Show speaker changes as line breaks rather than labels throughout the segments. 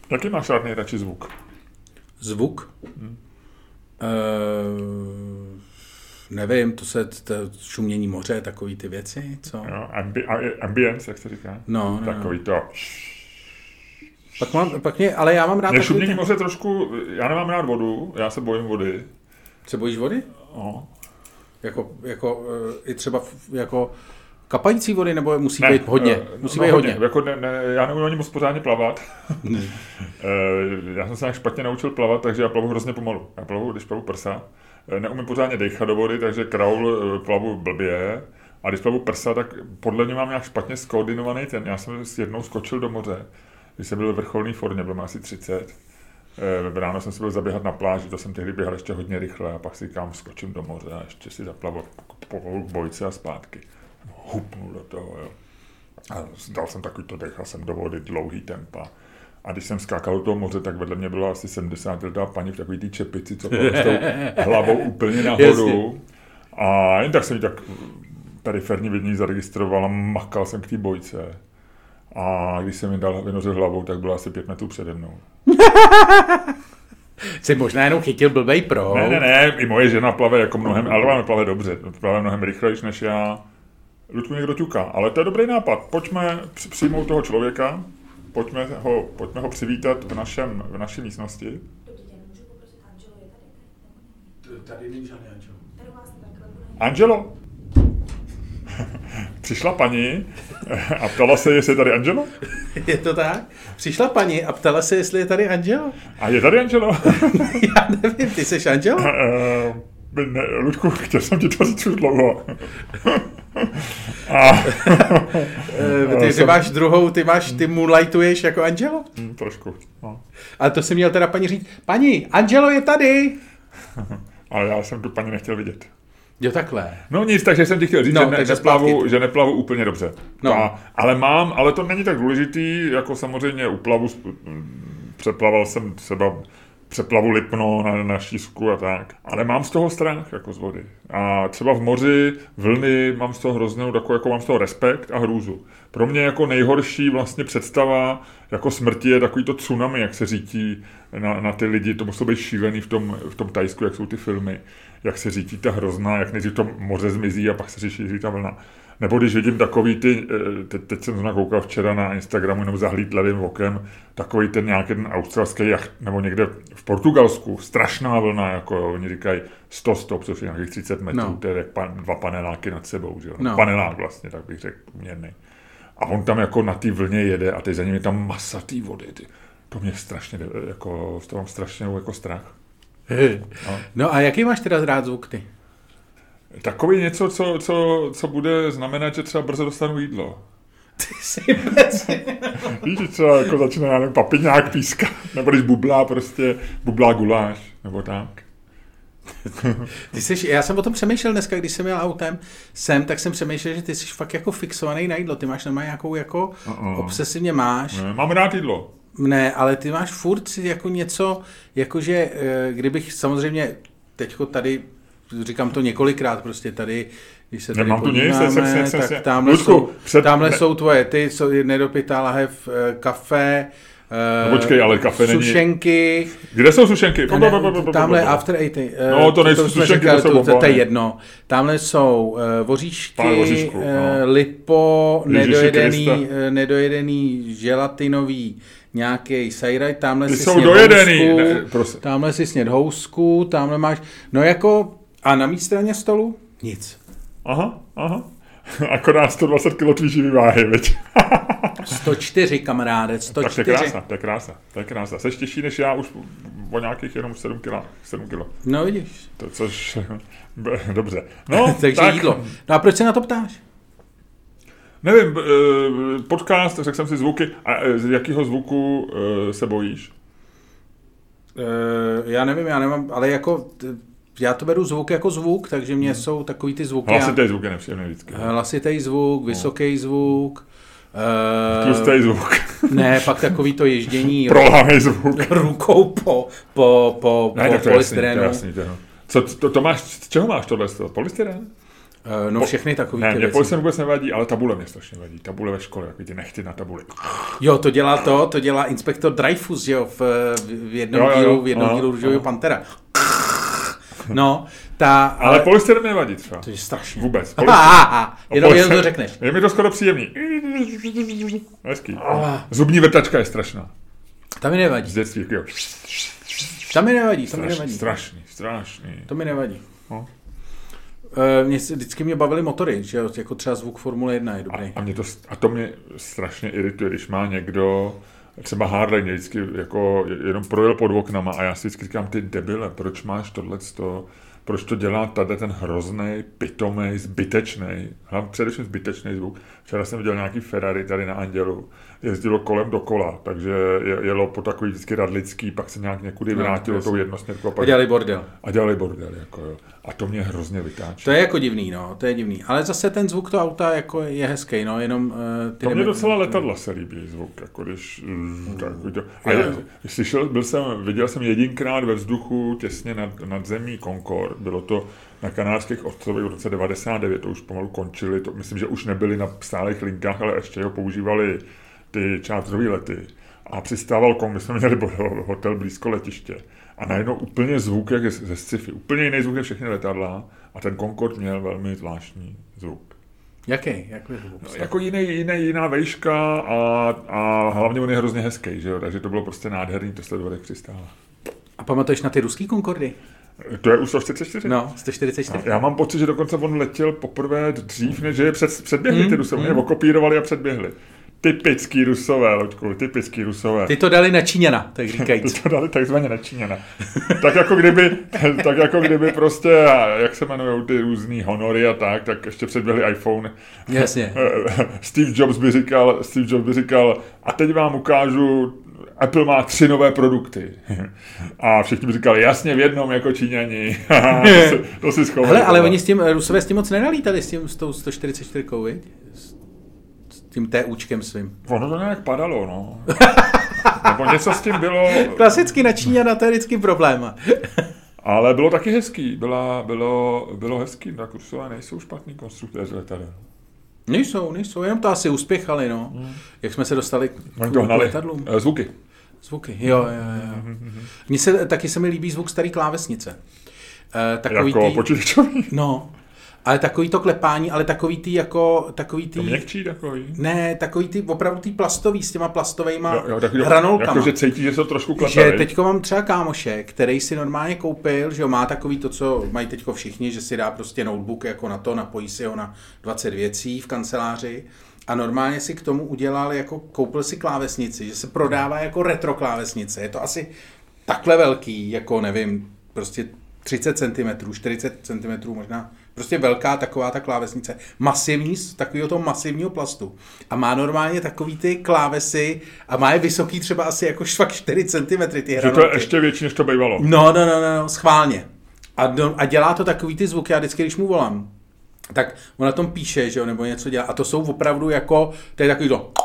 Jaký máš rád nejradši zvuk?
Zvuk? Nevím, to šumění moře, takový ty věci, co?
Jo, ambience, jak se říká.
No,
takový to.
Ale já mám rád
takový... Šumění moře trošku, já nemám rád vodu, já se bojím vody.
Se bojíš vody?
No.
Jako i třeba jako kapající vody, nebo musí být hodně? Musí být hodně.
Jako já neumím ani moc pořádně plavat. Já jsem se nějak špatně naučil plavat, takže já plavu hrozně pomalu. Když plavu prsa. Neumím pořádně dejchat do vody, takže kraul plavu blbě. A když plavu prsa, tak podle mě mám nějak špatně skoordinovaný ten. Já jsem jednou skočil do moře, když jsem byl ve vrcholné formě, byl asi 30. Ráno jsem si byl zaběhat na pláži, to jsem tehdy běhal ještě hodně rychle a pak si říkám, skočím do moře a ještě si zaplavu k bojce a zpátky. Hupnul do toho, jo. A dal jsem takovýto dech a jsem do vody dlouhý tempa. A když jsem skákal do toho moře, tak vedle mě byla asi 70letá paní v takový té čepici, co byla s tou hlavou úplně nahoru. A jen tak jsem ji tak periferní vidění zaregistroval a makal jsem k té bojce. A když jsem ji vynořil hlavou, tak byla asi 5 metrů přede mnou.
Jsi možná jenom chytil blbej pro.
Ne, i moje žena plave jako mnohem, ale ona plave dobře, plave mnohem rychlejš než já. Ludku někdo ťuká, ale to je dobrý nápad. Pojďme přijmout toho člověka, pojďme ho přivítat v naší místnosti.
Tady není žádný Angelo.
Angelo? Přišla paní a ptala se, jestli je tady Angelo?
Je to tak? Přišla paní a ptala se, jestli je tady Angelo?
A je tady Angelo?
Já nevím, ty jsi Angelo?
Ludku, chtěl jsem ti to říct už dlouho.
Ty máš druhou, ty moonlightuješ jako Angelo?
Trošku, no.
Ale to si měl teda paní říct, paní, Angelo je tady!
Ale já jsem tu paní nechtěl vidět.
Jo, takhle.
No nic, takže jsem ti chtěl říct, že neplavu úplně dobře.
No.
Ale to není tak důležitý, jako samozřejmě u plavu přeplaval jsem třeba přeplavu Lipno na Štísku a tak. Ale mám z toho strach, jako z vody. A třeba v moři vlny mám z toho hroznou, jako mám z toho respekt a hrůzu. Pro mě jako nejhorší vlastně představa jako smrti je takový to tsunami, jak se řítí na ty lidi. To muselo být šílený v tom Thajsku, jak jsou ty filmy. Jak se řítí ta hrozná, jak nejdřív to moře zmizí a pak se řítí ta vlna. Nebo když vidím takový teď jsem zrovna koukal včera na Instagramu, jenom zahlíd levým okem, takový ten nějaký ten australský jacht, nebo někde v Portugalsku, strašná vlna, jako jo, oni říkají 100 stop, což je nějakých 30 metrů, to je jak 2 paneláky nad sebou, že jo, panelák vlastně, tak bych řekl poměrný. A on tam jako na té vlně jede a teď za ním je tam masa té vody, to mě strašně, jako, z toho mám strašně jako strach.
No a jaký máš teda rád zvuk ty?
Takový něco, co bude znamenat, že třeba brzo dostanu jídlo.
Ty jsi mezi.
Víš, třeba jako začne, já nevím, papiňák pískat, nebo když bublá guláš, nebo tak.
Já jsem o tom přemýšlel dneska, když jsem jel autem tak jsem přemýšlel, že ty jsi fakt jako fixovaný na jídlo. Ty máš normálně nějakou jako obsesivně máš.
Ne, mám rád jídlo.
Ne, ale ty máš furt jako něco, jakože kdybych samozřejmě teďko tady, říkám to několikrát prostě tady, když se tady podíváme, tak tamhle jsou tvoje, nedopitá lahev kafe,
no počkej, ale kafe není.
Sušenky.
Kde jsou sušenky?
Tamhle after eighty.
No to nejsou sušenky,
to je jedno. Tamhle jsou voříšky, lipo, nedojedený želatinový nějaký sajraj, tamhle si sněd housku, tamhle máš, no jako, a na mý straně stolu? Nic.
Aha. Akorát 120 kg tvý živý váhy, veď.
104, kamaráde, 104.
Tak to je krása. Seš těžší než já už o nějakých jenom 7 kg.
No vidíš.
To což, dobře. No,
takže tak. Jídlo. No a proč se na to ptáš?
Nevím, podcast, řekl jsem si zvuky. A z jakého zvuku se bojíš?
Já nevím, já nemám, ale jako... Já to beru zvuk jako zvuk, takže mě jsou takový ty zvuky.
Hlasitý zvuk je nepříjemný vždycky.
Hlasitý zvuk, vysoký zvuk.
Tlustý zvuk.
Ne, pak takový to ježdění
zvuk.
Rukou po
ne,
polystyrenu.
To je jasný. Co máš, z čeho máš tohle? Polystyrén?
No všechny takový
ne,
ty
mě
věci.
polster vůbec nevadí, ale tabule mě strašně vadí. Tabule ve škole, takový ty nechty na tabuli.
Jo, to dělá inspektor Dreyfus, jo, v jednom dílu Růžového pantera. No,
ale polster mě nevadí třeba.
To je strašně.
Vůbec.
Jenom to řekneš.
Je mi to skoro příjemný. Hezký. Zubní vrtačka je strašná.
Ta mi nevadí.
Z dětství, jo.
Ta mi nevadí.
Strašný.
To mi nevadí. No. Vždycky mě bavily motory, že jako třeba zvuk Formule 1 je dobrý.
A to mě strašně irituje, když má někdo, třeba Harley mě vždycky jako jenom projel pod oknama a já si vždycky říkám, ty debile, proč máš tohleto, proč to dělá tady ten hrozný, pitomej, zbytečný, především zbytečný zvuk. Včera jsem viděl nějaký Ferrari tady na Andělu, jezdilo kolem dokola, takže jelo po takový vždycky radlický, pak se nějak někudy vrátilo tou jednosměrkou.
A dělali bordel.
Jako jo. A to mě hrozně vytáčí.
To je jako divný, no, to je divný. Ale zase ten zvuk toho auta jako je hezký, no, jenom...
To mě docela letadla se líbí zvuk, jako když... Viděl jsem jedinkrát ve vzduchu těsně nad zemí Concorde, bylo to na Kanárských ostrovech v roce 99, to už pomalu končili, to myslím, že už nebyli na stálých linkách, ale ještě ho používali ty čártrové lety. A přistával my jsme měli hotel blízko letiště. A najednou úplně zvuk, jak je ze sci-fi. Úplně jiný zvuk je všechny letadla. A ten Concorde měl velmi zvláštní zvuk.
Jaký?
Jako jiná vejška a hlavně on je hrozně hezký, že jo? Takže to bylo prostě nádherný to sledovat, jak přistává.
A pamatuješ na ty ruský Concordy?
To je už 144?
No, 144.
Já mám pocit, že dokonce on letěl poprvé dřív, než je předběhli ty Rusové. Oni ho kopírovali a předběhli. Typický Rusové, Loďku, typický Rusové.
Ty to dali na Číňana, tak říkajíc.
Ty to dali takzvaně na Číňana. tak jako kdyby prostě, jak se jmenujou ty různý honory a tak ještě předběhli iPhone.
Jasně.
Steve Jobs by říkal, a teď vám ukážu, Apple má 3 nové produkty. A všichni by říkali, jasně v jednom jako Číňani. to si schovali.
Hele, ale oni Rusové s tím moc nenalítali, s tou 144, viď? Tím TUčkem svým.
Ono to nějak padalo, no. Nebo něco s tím bylo...
Klasicky na Číňana, to je vždycky problém.
Ale bylo taky hezký. Bylo hezký. Tak Rusové nejsou špatný konstruktéři letadel.
Nejsou, jenom to asi uspěchali, no. Jak jsme se dostali
k letadlům. Zvuky,
jo. Mně se mi líbí zvuk starý klávesnice.
Jako počítačový?
No. Ale takový to klepání, ale takový ty...
To měkčí takový?
Ne, takový ty opravdu ty plastový s těma plastovejma hranolkama.
Jakože cítí, že se to trošku klepá.
Že teďko mám třeba kámoše, který si normálně koupil, že má takový to, co mají teďko všichni, že si dá prostě notebook jako na to, napojí si ho na 20 věcí v kanceláři a normálně si k tomu udělal, jako koupil si klávesnici, že se prodává jako retro klávesnice. Je to asi takhle velký, jako nevím, prostě 30 cm, 40 cm možná. Prostě velká taková ta klávesnice. Masivní, z takového toho masivního plastu. A má normálně takový ty klávesy a má je vysoký třeba asi jako fakt 4 cm ty hranolky.
Že to je ještě větší, než to bývalo.
No, schválně. A dělá to takový ty zvuky, já vždycky, když mu volám, tak on na tom píše, že jo, nebo něco dělá. A to jsou opravdu jako, to je takový to...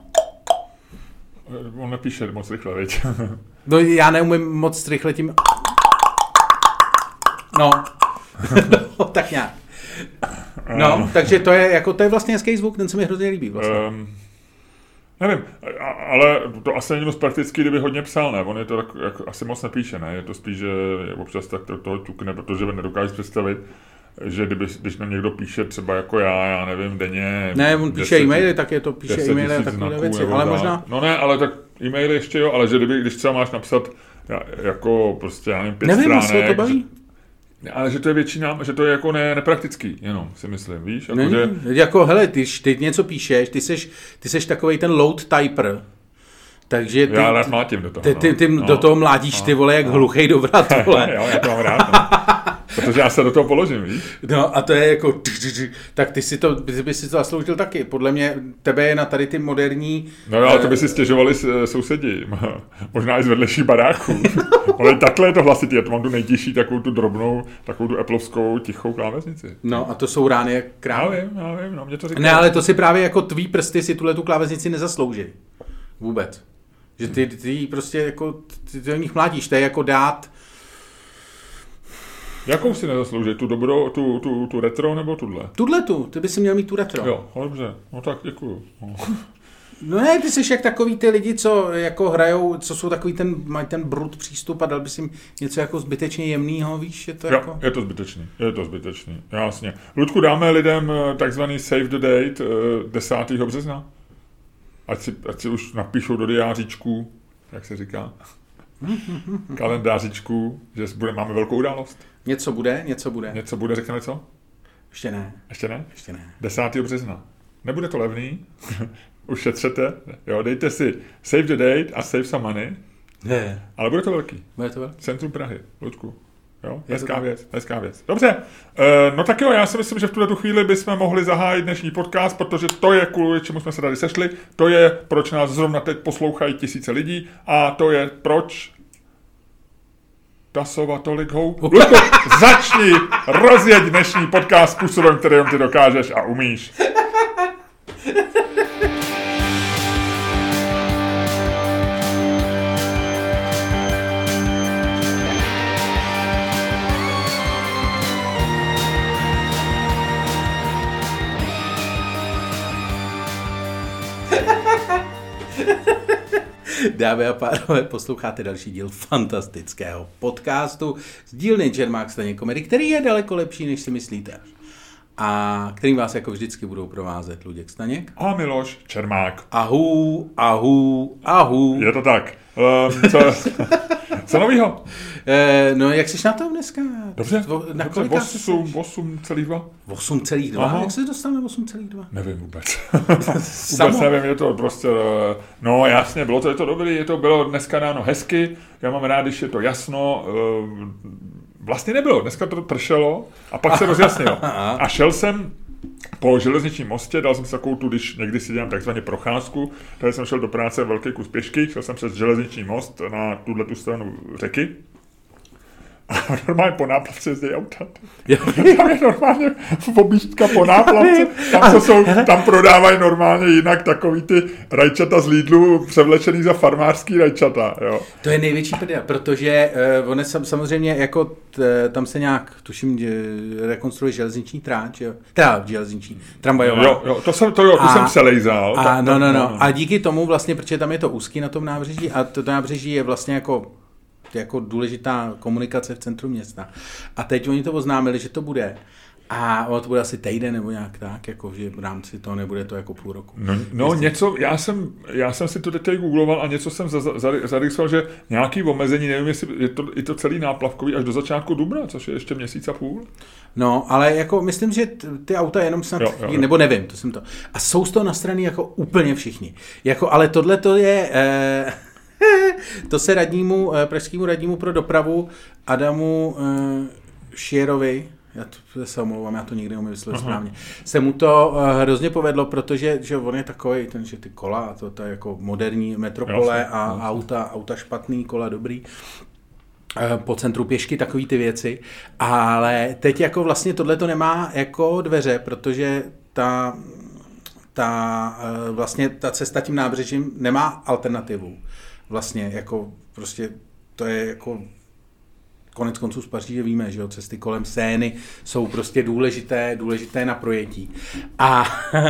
On nepíše moc rychle, viď?
No, já neumím moc rychle tím... No, tak nějak. No, takže to je vlastně hezký zvuk, ten se mi hrozně líbí vlastně.
Nevím, ale to asi není moc praktický, kdyby hodně psal, ne? On je to tak, jako, asi moc nepíše, ne? Je to spíš, že občas tak toho ťukne, protože nedokážeš představit, že když nám někdo píše třeba jako já nevím, denně...
Ne, on píše e-maily, tak je to píše e-maily a takové věci, ale možná...
No ne, ale tak e-maily ještě jo, ale že když třeba máš napsat jako prostě, já nevím, 5
nevím,
stránek...
Nevím, to baví.
Ale že to je většina, že to je jako nepraktický, jenom si myslím, víš?
Jako, jako hele, ty něco píšeš, ty seš takovej ten load typer, takže ty...
Já rád mlátím do toho.
Ty do toho mládíš ty vole, jak hluchej do vrat, vole.
Jo, já to mám rád, no. Protože já se do toho položím, víš?
No a to je jako... Tak ty by si to zasloužil taky. Podle mě tebe je na tady ty moderní...
No ale to by si stěžovali sousedi. Možná i z vedlejších baráků. Ale takhle je to hlasitý. Já to mám tu nejtižší, takovou tu drobnou, takovou tu applovskou tichou klávesnici.
No a to jsou rány jak krávy.
Já vím, no mě to říká.
Ne, ale to si právě jako tvý prsty si tu klávesnici nezaslouží. Vůbec. Že ty prostě jako, ty do nich mládíš. To je jako dát...
Jakou si nezaslouží? Tu dobro, tu retro nebo tuhle?
Ty by si měl mít tu retro.
Jo, dobře, no tak děkuju.
No ne, ty jsi jak takový ty lidi, co jako hrajou, co jsou takový mají ten brut přístup a dal bys jim něco jako zbytečně jemnýho, víš?
Je to zbytečný, jasně. Ludku, dáme lidem takzvaný save the date 10. března? Ať si už napíšou do diářičku, jak se říká, kalendářičku, že máme velkou událost.
Něco bude.
Něco bude, řekneme co?
Ještě ne.
10. března. Nebude to levný, už šetřete, jo, dejte si save the date a save some money, ale bude to velký. Centrum Prahy, Ludku. Jo, hezká věc. Dobře, no tak jo, já si myslím, že v tuto chvíli bychom mohli zahájit dnešní podcast, protože to je, kvůli čemu jsme se tady sešli, to je, proč nás zrovna teď poslouchají tisíce lidí a to je, proč tasovat tolik houbu. Ludku, začni rozjeď dnešní podcast způsobem, kterým ty dokážeš a umíš.
Dámy a pánové, posloucháte další díl fantastického podcastu z dílny Čermák Staněk Komedy, který je daleko lepší, než si myslíte. A kterým vás jako vždycky budou provázet Luděk Staněk
a Miloš Čermák.
Ahu.
Je to tak. Co novýho?
No, jak jsi na tom dneska?
Dobře, 8,2.
8,2? Jak jsi dostal na 8,2?
Nevím vůbec. Vůbec nevím, je to prostě... No jasně, je to dobrý, bylo dneska ráno hezky, já mám rád, když je to jasno. Vlastně nebylo, dneska to pršelo a pak se rozjasnilo. A šel jsem po železničním mostě, dal jsem si takovou tu, když někdy si dělám takzvaně procházku, tady jsem šel do práce velký kus pěšky, šel jsem přes železniční most na tuto stranu řeky. A normálně po náplavce jezdí auta. Tam je normálně objížďka po náplavce. Tam prodávají normálně jinak takový ty rajčata z Lidlu převlečený za farmářský rajčata. Jo.
To je největší prdel, protože on samozřejmě jako tam se nějak, tuším, rekonstruuje železniční tráť, jo. Teda železniční, tramvajová.
Jo, to jsem přelejzal.
No. A díky tomu vlastně, protože tam je to úzký na tom nábřeží a to nábřeží je vlastně jako důležitá komunikace v centru města. A teď oni to oznámili, že to bude. A ono to bude asi týden nebo nějak tak, jako, že v rámci toho nebude to jako půl roku.
No něco, já jsem si to teď googloval a něco jsem zaregistroval, že nějaký omezení, nevím, jestli je to celý náplavkový až do začátku dubna, což je ještě měsíc a půl.
No, ale jako myslím, že ty auta jenom snad, nebo nevím, to jsem to. A jsou z toho nastraný jako úplně všichni. Jako, ale tohle to je... To se pražskému radnímu pro dopravu Adamu Šierovi, já se omlouvám, já to nikdy neumím vyslovit správně, se mu to hrozně povedlo, protože že on je takový, že ty kola, to je jako moderní metropole a auta špatný, kola dobrý, po centru pěšky, takový ty věci, ale teď jako vlastně tohle to nemá jako dveře, protože vlastně ta cesta tím nábřežím nemá alternativu. Vlastně jako prostě to je jako konec konců z Paříže víme, že jo, cesty kolem Sény jsou prostě důležité na projetí. A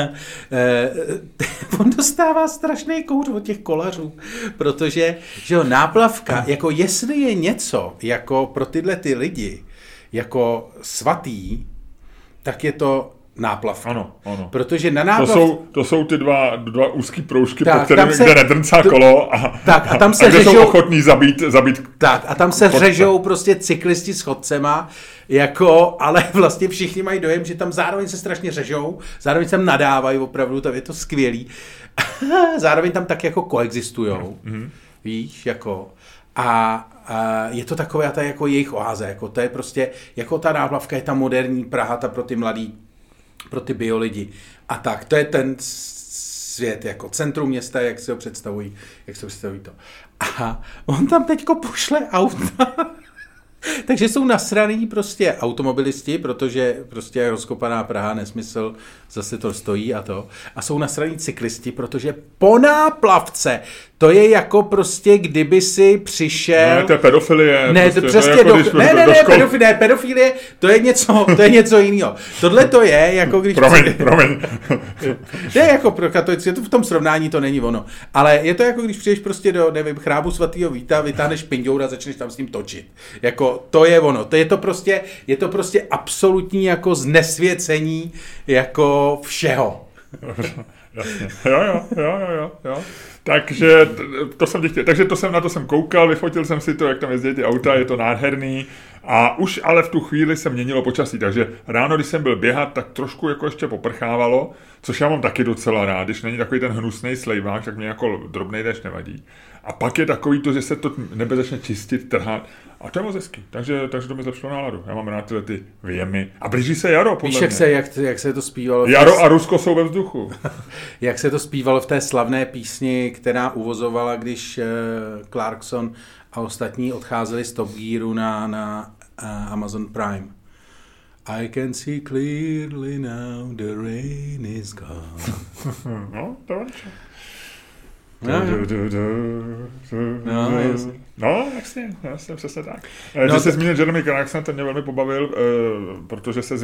on dostává strašný kouř od těch kolařů, protože že jo, náplavka, jako jestli je něco jako pro tyhle ty lidi jako svatý, tak je to náplavka.
Ano.
Protože na náplavce...
To jsou ty dva úzký proužky, po kterým kde nedrncá kolo a
tam se
kde jsou ochotní zabít.
Tak, a tam se řežou prostě cyklisti s chodcema, jako, ale vlastně všichni mají dojem, že tam zároveň se strašně řežou, zároveň se tam nadávají opravdu, tam je to skvělý. Zároveň tam tak jako koexistujou, víš, jako... A je to takové, ta jako jejich oáze, jako to je prostě, jako ta náplavka je ta moderní Praha, ta pro ty mladý, pro ty bio lidi. A tak, to je ten svět, jako centrum města, jak si ho představují to. A on tam teďko pošle auta. Takže jsou nasraný prostě automobilisti, protože prostě je rozkopaná Praha, nesmysl, zase to stojí a to. A jsou nasraný cyklisti, protože po náplavce To je jako prostě, kdyby si přišel...
Ne, to je pedofilie.
Ne,
prostě,
přesně
to je jako,
ne, pedofilie, to je něco jiného. Tohle to je, jako když...
Promiň.
Ne, jako pro katolické, to v tom srovnání to není ono. Ale je to jako, když přijdeš prostě do, nevím, chrámu svatého Víta, vytáhneš pindour a začneš tam s ním točit. Jako, to je ono. Je to prostě absolutní jako znesvěcení jako všeho.
Jasně. Jo. Takže to jsem chtěl. Takže na to jsem koukal, vyfotil jsem si to, jak tam jezdí ty auta, je to nádherný. A už ale v tu chvíli se měnilo počasí, takže ráno, když jsem byl běhat, tak trošku jako ještě poprchávalo, což já mám taky docela rád, když není takový ten hnusnej slejvák, tak mě jako drobnej déšť nevadí. A pak je takový to, že se to nebe začne čistit, trhat. A to je moc hezký, takže to mi zlepšilo náladu. Já mám rád tyhle ty vyjemy. A blíží se jaro, podle
mě. Víš, jak se to zpívalo?
Jaro a Rusko jsou ve vzduchu.
Jak se to zpívalo v té slavné písni, která uvozovala, když Clarkson a ostatní odcházeli z Top Gearu na Amazon Prime. I can see clearly now the rain is gone.
No, to je. Jasně, přesně tak. Že se zmínil Jeremy Clarkson, ten mě velmi pobavil, protože se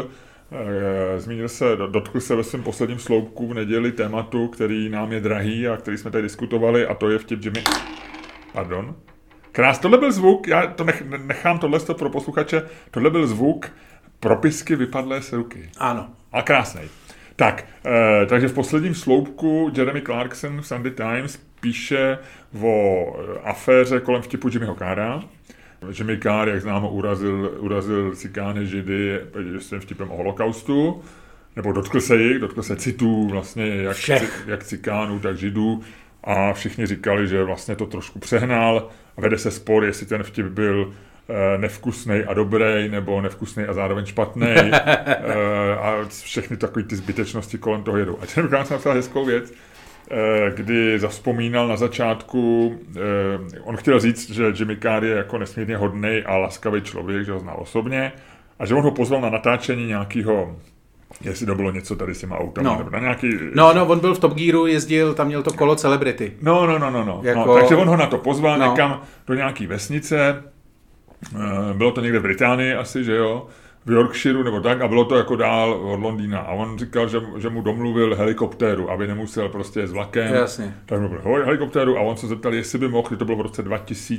dotkl se ve svém posledním sloupku v neděli tématu, který nám je drahý a který jsme tady diskutovali, a to je vtip Jimmy... Pardon. Tohle byl zvuk, já to nechám tohle pro posluchače, tohle byl zvuk propisky vypadlé z ruky.
Ano.
A krásnej. Tak, takže v posledním sloupku Jeremy Clarkson v Sunday Times píše o aféře kolem vtipu Jimmyho Carra. Jimmy Carr, jak známo, urazil cikány Židy s tím vtipem o holokaustu, nebo dotkl se citů vlastně jak cikánů, tak Židů, a všichni říkali, že vlastně to trošku přehnal a vede se spor, jestli ten vtip byl nevkusnej a dobrý, nebo nevkusnej a zároveň špatnej. A všechny takové ty zbytečnosti kolem toho jedou. A ten jsem napsal hezkou věc, kdy zavzpomínal na začátku, on chtěl říct, že Jimmy Carr je jako nesmírně hodnej a laskavý člověk, že ho znal osobně, a že on ho pozval na natáčení nějakého, jestli to bylo něco tady s těma autama, nebo na nějaký...
No, on byl v Top Gearu, jezdil, tam měl to kolo Celebrity.
No. Takže on ho na to pozval někam do nějaký vesnice, bylo to někde v Británii asi, že jo, v Yorkshireu nebo tak, a bylo to jako dál od Londýna. A on říkal, že mu domluvil helikoptéru, aby nemusel prostě s vlakem.
Jasně.
Tak mu byl helikoptéru a on se zeptal, jestli by mohl, že to bylo v roce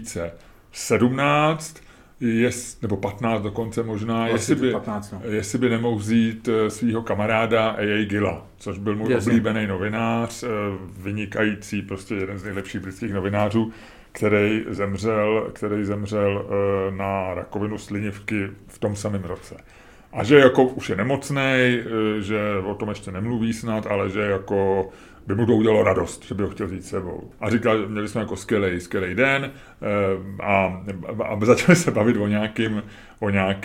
2017, nebo 15 dokonce možná, jestli by nemohl vzít svého kamaráda A.A. Gilla, což byl můj oblíbený novinář, vynikající, prostě jeden z nejlepších britských novinářů, který zemřel na rakovinu slinivky v tom samém roce. A že jako už je nemocnej, že o tom ještě nemluví snad, ale že jako by mu to udělalo radost, že by ho chtěl vzít sebou. A říkal, že měli jsme jako skvělej den a začali se bavit o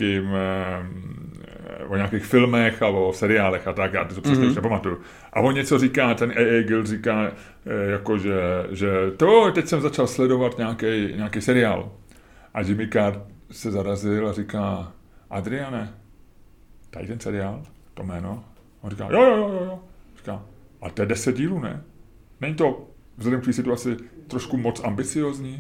nějakých filmech a o seriálech a tak, já to přesně už nepamatuju. A on něco říká, ten A.A. Gill říká, jako že teď jsem začal sledovat nějaký seriál. A Jimmy Carr se zarazil a říká, Adriane, tady ten seriál, to jméno? On říká, jo. Říká, a to je 10 dílů, ne? Není to vzhledem k té situaci trošku moc ambiciozní?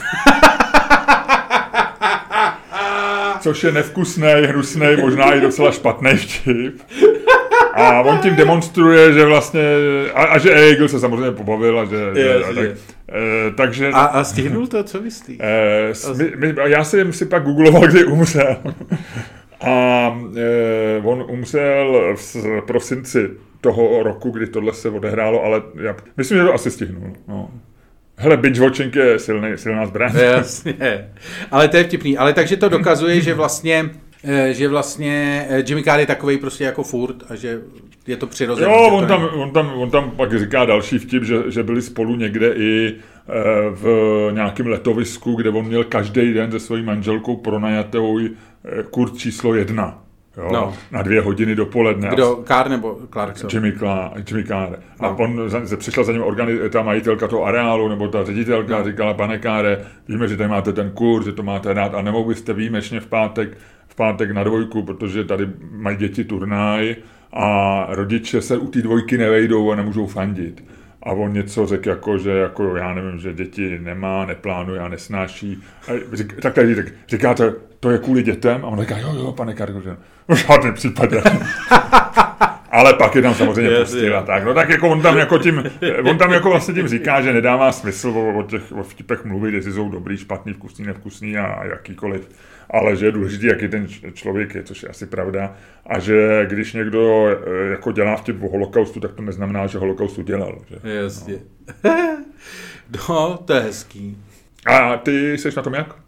Což je nevkusnej, hnusnej, možná i docela špatný vtip. A on tím demonstruje, že vlastně, a že Egil se samozřejmě pobavil, a že takže...
A stihnul to, co myslíš?
Já jsem si pak googloval, kdy umřel. A on umřel v prosinci toho roku, kdy tohle se odehrálo, ale já myslím, že to asi stihnul. No. Hele, binge-watching je silná zbraň.
Jasně, ale to je vtipný. Ale takže to dokazuje, že vlastně Jimmy Carr je takovej prostě jako furt a že je to přirozené.
Jo, on tam pak říká další vtip, že byli spolu někde i v nějakém letovisku, kde on měl každý den se svojí manželkou pronajatou kurz číslo 1. Jo, no. Na 2 hodiny dopoledne.
Kdo? Carr nebo Clarkson?
Jimmy Carr. A on přišla za ním ta majitelka toho areálu, nebo ta ředitelka, říkala, pane Carre, víme, že tady máte ten kurz, že to máte rád, a nemohl byste výjimečně v pátek na 2, protože tady mají děti turnaj a rodiče se u té 2 nevejdou a nemůžou fandit. a on něco řekl jako, že jako já nevím, že děti nemá, neplánuje a nesnáší. Tak tady říkáte, to je kvůli dětem? A on říká, jo, pane Kargoře, v žádném případě. Ale pak je tam samozřejmě pustil a tak. No tak jako on tam jako vlastně tím říká, že nedává smysl o vtipech mluvit, jestli jsou dobrý, špatný, vkusný, nevkusný a jakýkoliv. Ale že je důležitý, jaký ten člověk je, což je asi pravda. A že když někdo jako dělá vtip o holokaustu, tak to neznamená, že holokaust udělal. Že?
Jasně. No, to je hezký.
A ty seš na tom jak?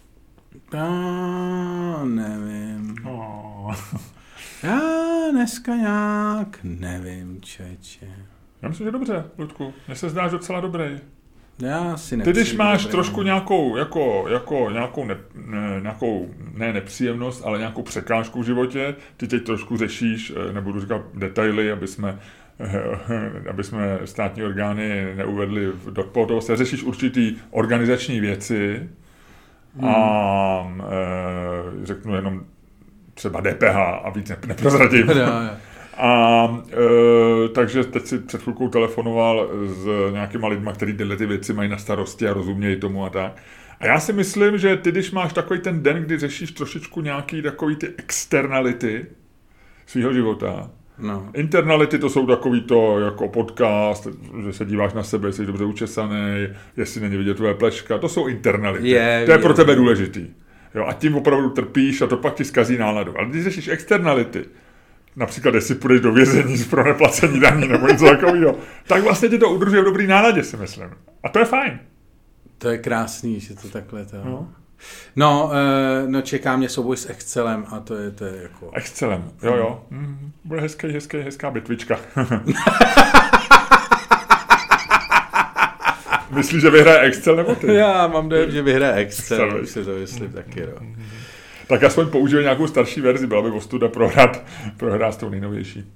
Nevím. Já dneska nějak nevím, čeče.
Já myslím, že dobře, Ludku. Mně se zdáš docela dobrý.
Já si
ty, když máš trošku nějakou nepříjemnost, ale nějakou překážku v životě, ty teď trošku řešíš, nebudu říkat detaily, aby jsme státní orgány neuvedli do pohotovosti, řešíš určitý organizační věci a řeknu jenom třeba DPH a víc neprozradím. Takže teď si před chvilkou telefonoval s nějakýma lidma, kteří tyhle ty věci mají na starosti a rozumějí tomu a tak. A já si myslím, že ty, když máš takový ten den, kdy řešíš trošičku nějaký takový ty externality svýho života. No. Internality to jsou takový to jako podcast, že se díváš na sebe, jsi dobře učesaný, jestli není vidět tvoje pleška, to jsou internality. To je pro tebe důležitý. Jo, a tím opravdu trpíš a to pak ti zkazí náladu. Ale když řešíš externality, například jestli půjdeš do vězení pro neplacení daní nebo něco takového, tak vlastně tě to udržuje v dobrý náladě, si myslím. A to je fajn.
To je krásný, že to takhle to. No, čeká mě souboj s Excelem a to je jako...
Excelem, jo. Bude hezká bitvička. Myslíš, že vyhraje Excel nebo ty?
Já mám dojem, že vyhraje Excel, už si to myslím taky, no.
Tak aspoň použil nějakou starší verzi, byla by ostuda prohrát s tou nejnovější.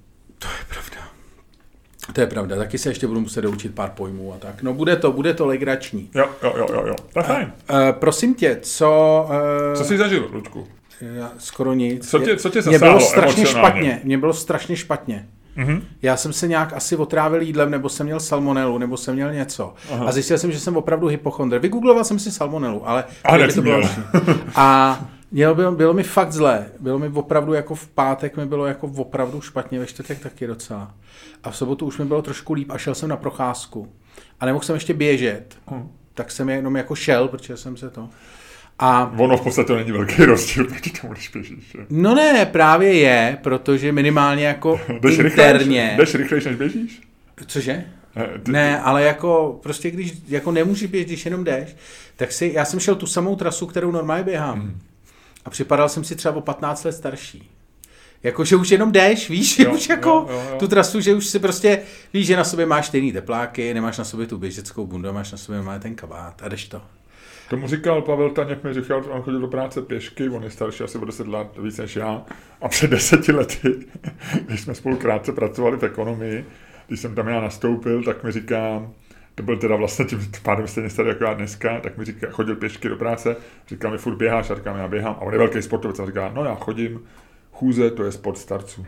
To je pravda, taky se ještě budu muset doučit pár pojmů a tak. No bude to legrační.
Jo, to je fajn.
Prosím tě, co
jsi zažil, Luďku?
Skoro nic.
Co tě zasáhlo emocionálně?
Mě bylo strašně špatně. Mm-hmm. Já jsem se nějak asi otrávil jídlem, nebo jsem měl salmonelu, nebo jsem měl něco. Aha. A zjistil jsem, že jsem opravdu hypochondr. Vygoogloval jsem si salmonelu, ale to bylo a bylo mi fakt zlé. Bylo mi opravdu jako v pátek mi bylo jako opravdu špatně, ve čtvrtek taky docela. A v sobotu už mi bylo trošku líp a šel jsem na procházku. A nemohl jsem ještě běžet. Tak jsem jenom jako šel, protože jsem se to... A
ono v podstatě není velký rozdíl proti tomu, když běžíš.
No ne, právě je, protože minimálně jako interně...
Jdeš rychlejš, než běžíš?
Cože? Ne, ale jako prostě když jako nemůžeš běžet, když jenom jdeš, tak já jsem šel tu samou trasu, kterou normálně běhám. A připadal jsem si třeba o 15 let starší. Jako, že už jenom jdeš, víš, jo, už jako jo. Tu trasu, že už si prostě, víš, že na sobě máš stejný tepláky, nemáš na sobě tu běžeckou bundu, máš na sobě ten kabát a jdeš to.
Tomu říkal Pavel Taněk, mi říkal, on chodil do práce pěšky, on je starší asi o 10 let víc než já. A před 10 lety, když jsme spolu krátce pracovali v ekonomii, když jsem tam já nastoupil, tak mi říká, to byl teda vlastně tím pádem stejně starý jako já dneska, tak mi říká, chodil pěšky do práce, říkal mi, furt běháš, a říkám, já běhám. A on je velký sportovec a říká, no já chodím, chůze, to je sport starců.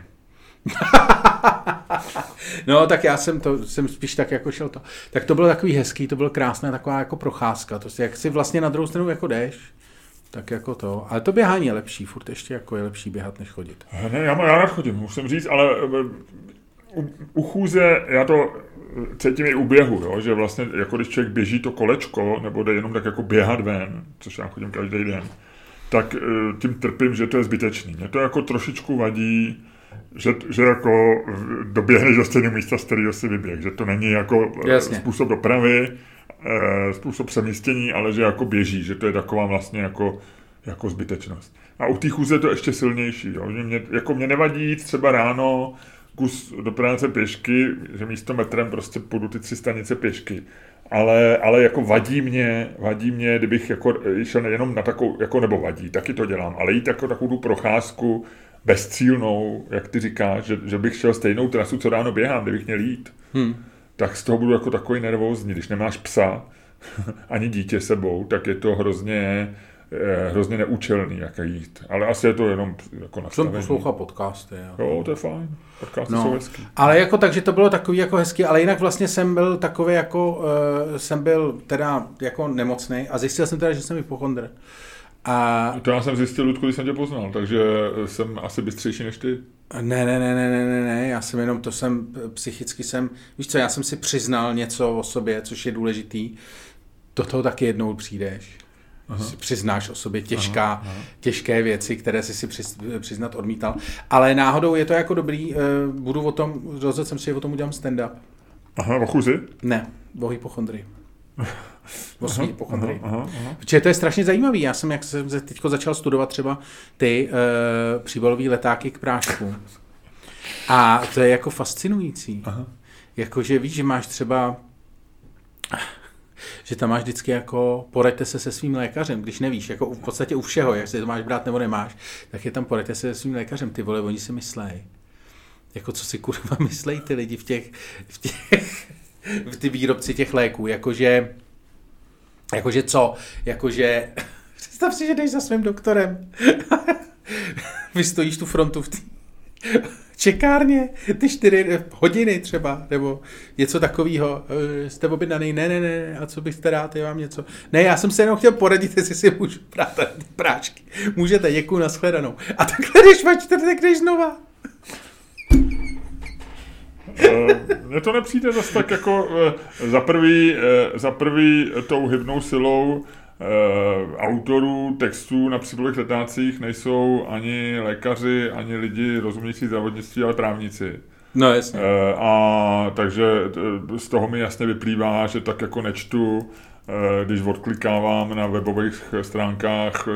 No, tak já jsem spíš tak jako šel to. Tak to bylo takový hezký, to bylo krásné, taková jako procházka. To si, jak si vlastně na druhou stranu jako jdeš, tak jako to. Ale to běhání je lepší, furt ještě jako je lepší běhat, než chodit.
Ne, já rád chodím, musím říct, ale u chůze já to cítím i u běhu, jo, že vlastně jako když člověk běží to kolečko, nebo jde jenom tak jako běhat ven, což já chodím každý den, tak tím trpím, že to je zbytečný. Mě to jako trošičku vadí, že jako doběhneš do stejného místa, z kterého si vyběh, že to není jako způsob dopravy, způsob přemístění, ale že jako běží, že to je taková vlastně jako zbytečnost. A u té chůze je to ještě silnější, jo? Mě nevadí jít třeba ráno kus do práce pěšky, že místo metrem prostě půjdu ty 3 stanice pěšky. Ale jako vadí mě, kdybych jako šel jenom na takovou, jako nebo vadí, taky to dělám, ale jít jako takovou procházku bezcílnou, jak ty říkáš, že bych šel stejnou trasu, co ráno běhám, kdybych měl jít, tak z toho budu jako takový nervózní. Když nemáš psa, ani dítě sebou, tak je to hrozně neúčelný, jak jít. Ale asi je to jenom jako nastavení.
Jsem poslouchal podcasty.
Jo, to je fajn. Podcasty jsou hezký.
Ale jako, takže to bylo takový jako hezký, ale jinak vlastně jsem byl takový jako, jsem byl teda jako nemocný a zjistil jsem teda, že jsem hypochondr. A...
To já jsem zjistil, Ludku, když jsem tě poznal, takže jsem asi bystřejší než ty.
Ne, já jsem jenom, psychicky víš co, já jsem si přiznal něco o sobě, což je důležitý. Do toho taky jednou přijdeš. Si přiznáš o sobě těžké věci, které si přiznat odmítal. Ale náhodou je to jako dobrý, rozhodl jsem si, že o tom udělám stand-up.
Aha, o chůzi?
Ne, o hypochondrii. O svý hypochondrii. Protože to je strašně zajímavý. Já jsem, jak jsem teďko začal studovat třeba ty příbalový letáky k prášku. A to je jako fascinující. Jakože víš, že máš třeba... že tam máš vždycky jako poraďte se svým lékařem, když nevíš, jako v podstatě u všeho, jak si to máš brát nebo nemáš, tak je tam poraďte se svým lékařem, ty vole, oni si myslej. Jako co si kurva myslej ty lidi v ty výrobci těch léků, jakože představ si, že jdeš za svým doktorem. Vystojíš tu frontu v té čekárně, ty 4 hodiny třeba, nebo něco takového. Jste objednaný, ne, a co byste rád, je vám něco? Ne, já jsem se jenom chtěl poradit, jestli si můžu brát ty prášky. Můžete, děkuju, nashledanou. A takhle jdeš ve čtvrtek, jdeš znova.
Mně to nepřijde zase tak jako za prvý tou hybnou silou autorů textů na příbalových letácích nejsou ani lékaři, ani lidi rozumějící zdravotnictví, ale právníci.
No jasně.
A takže z toho mi jasně vyplývá, že tak jako nečtu, když odklikávám na webových stránkách,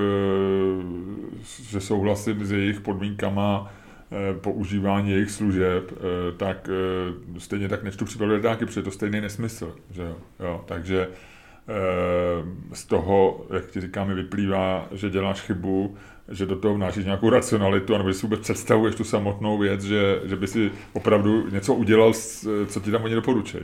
že souhlasím s jejich podmínkama používání jejich služeb, tak stejně tak nečtu příbalové letáky, protože je to stejný nesmysl. Že jo? Takže z toho, jak ti říkám, mi vyplývá, že děláš chybu, že do toho vnášíš nějakou racionalitu, anebo si vůbec představuješ tu samotnou věc, že by si opravdu něco udělal, co ti tam oni doporučejí.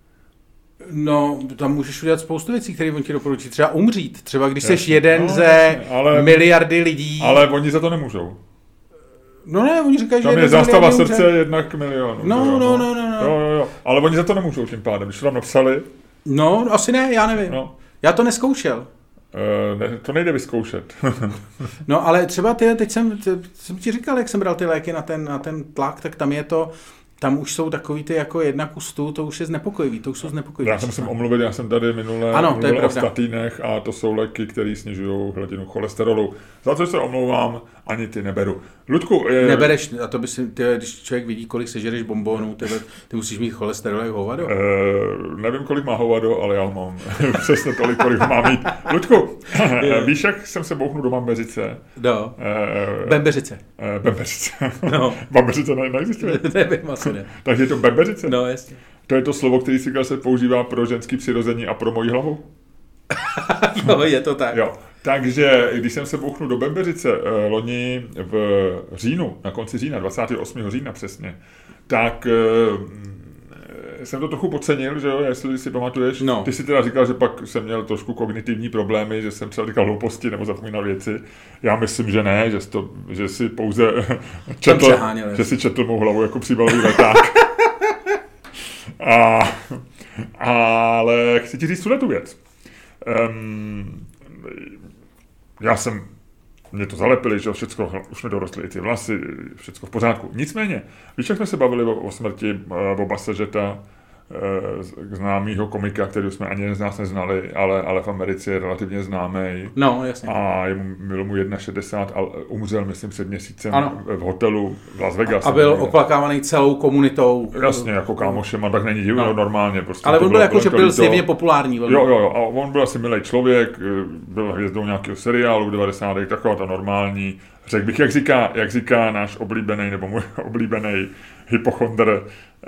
No, tam můžeš udělat spoustu věcí, které oni ti doporučí. Třeba umřít. Třeba když jsi jeden ze miliardy lidí.
Ale oni za to nemůžou.
No ne, oni říkají, že...
Tam je zástava srdce 1 k milionu.
No.
Jo. Ale oni za to nemůžou tím pádem. Když to tam napsali...
No, asi ne, já nevím. No. Já to neskoušel.
To nejde vyzkoušet.
No, ale třeba teď jsem ti říkal, jak jsem bral ty léky na ten tlak, tak tam už jsou takový ty jako 1:100, to už je znepokojivý, to už jsou znepokojivý.
Já se musím omluvit, já jsem tady minule mluvil o statínech a to jsou léky, které snižují hladinu cholesterolu. Za co se omlouvám, ani ty neberu. Ludku...
Nebereš, a to by si, když člověk vidí, kolik sežereš bonbonů, ty musíš mít cholesterol jak hovado?
Nevím, kolik má hovado, ale já mám přesně tolik, kolik ho mám mít. Ludku, víš, jak jsem se bouchnul do Bambeřice?
No. Bembeřice.
No. Bambeřice neexistuje?
Nevím, asi ne.
Takže je to Bembeřice?
No, jasně.
To je to slovo, který si se používá pro ženský přirození a pro moji hlavu?
No, je to tak.
Jo. Takže když jsem se bouchnul do Bembeřice loni v říjnu, na konci října, 28. října přesně, tak jsem to trochu podcenil, že jo, jestli si pamatuješ. No. Ty si teda říkal, že pak jsem měl trošku kognitivní problémy, že jsem třeba říkal hlouposti nebo zapomínal věci. Já myslím, že ne, že si pouze četl mou hlavu jako příbalový leták. Ale chci ti říct tu věc. Mě to zalepili, že všecko, už mi dorostly i ty vlasy, všecko v pořádku. Nicméně, víš, jak jsme se bavili o smrti Boba Sageta, známýho komika, který jsme ani z nás neznali, ale v Americe je relativně známý.
No, jasně.
A bylo mu 61 a umřel, myslím, před měsícem v hotelu v Las Vegas.
A byl oplakávaný celou komunitou.
Jasně, jako kámošem, a tak není divno, normálně. Prostě
ale on byl jako, že byl zjevně populární.
Jo, a on byl asi milý člověk, byl hvězdou nějakého seriálu v 90. taková ta normální. Řekl bych, jak říká náš oblíbený, nebo můj oblíbený hypochondr,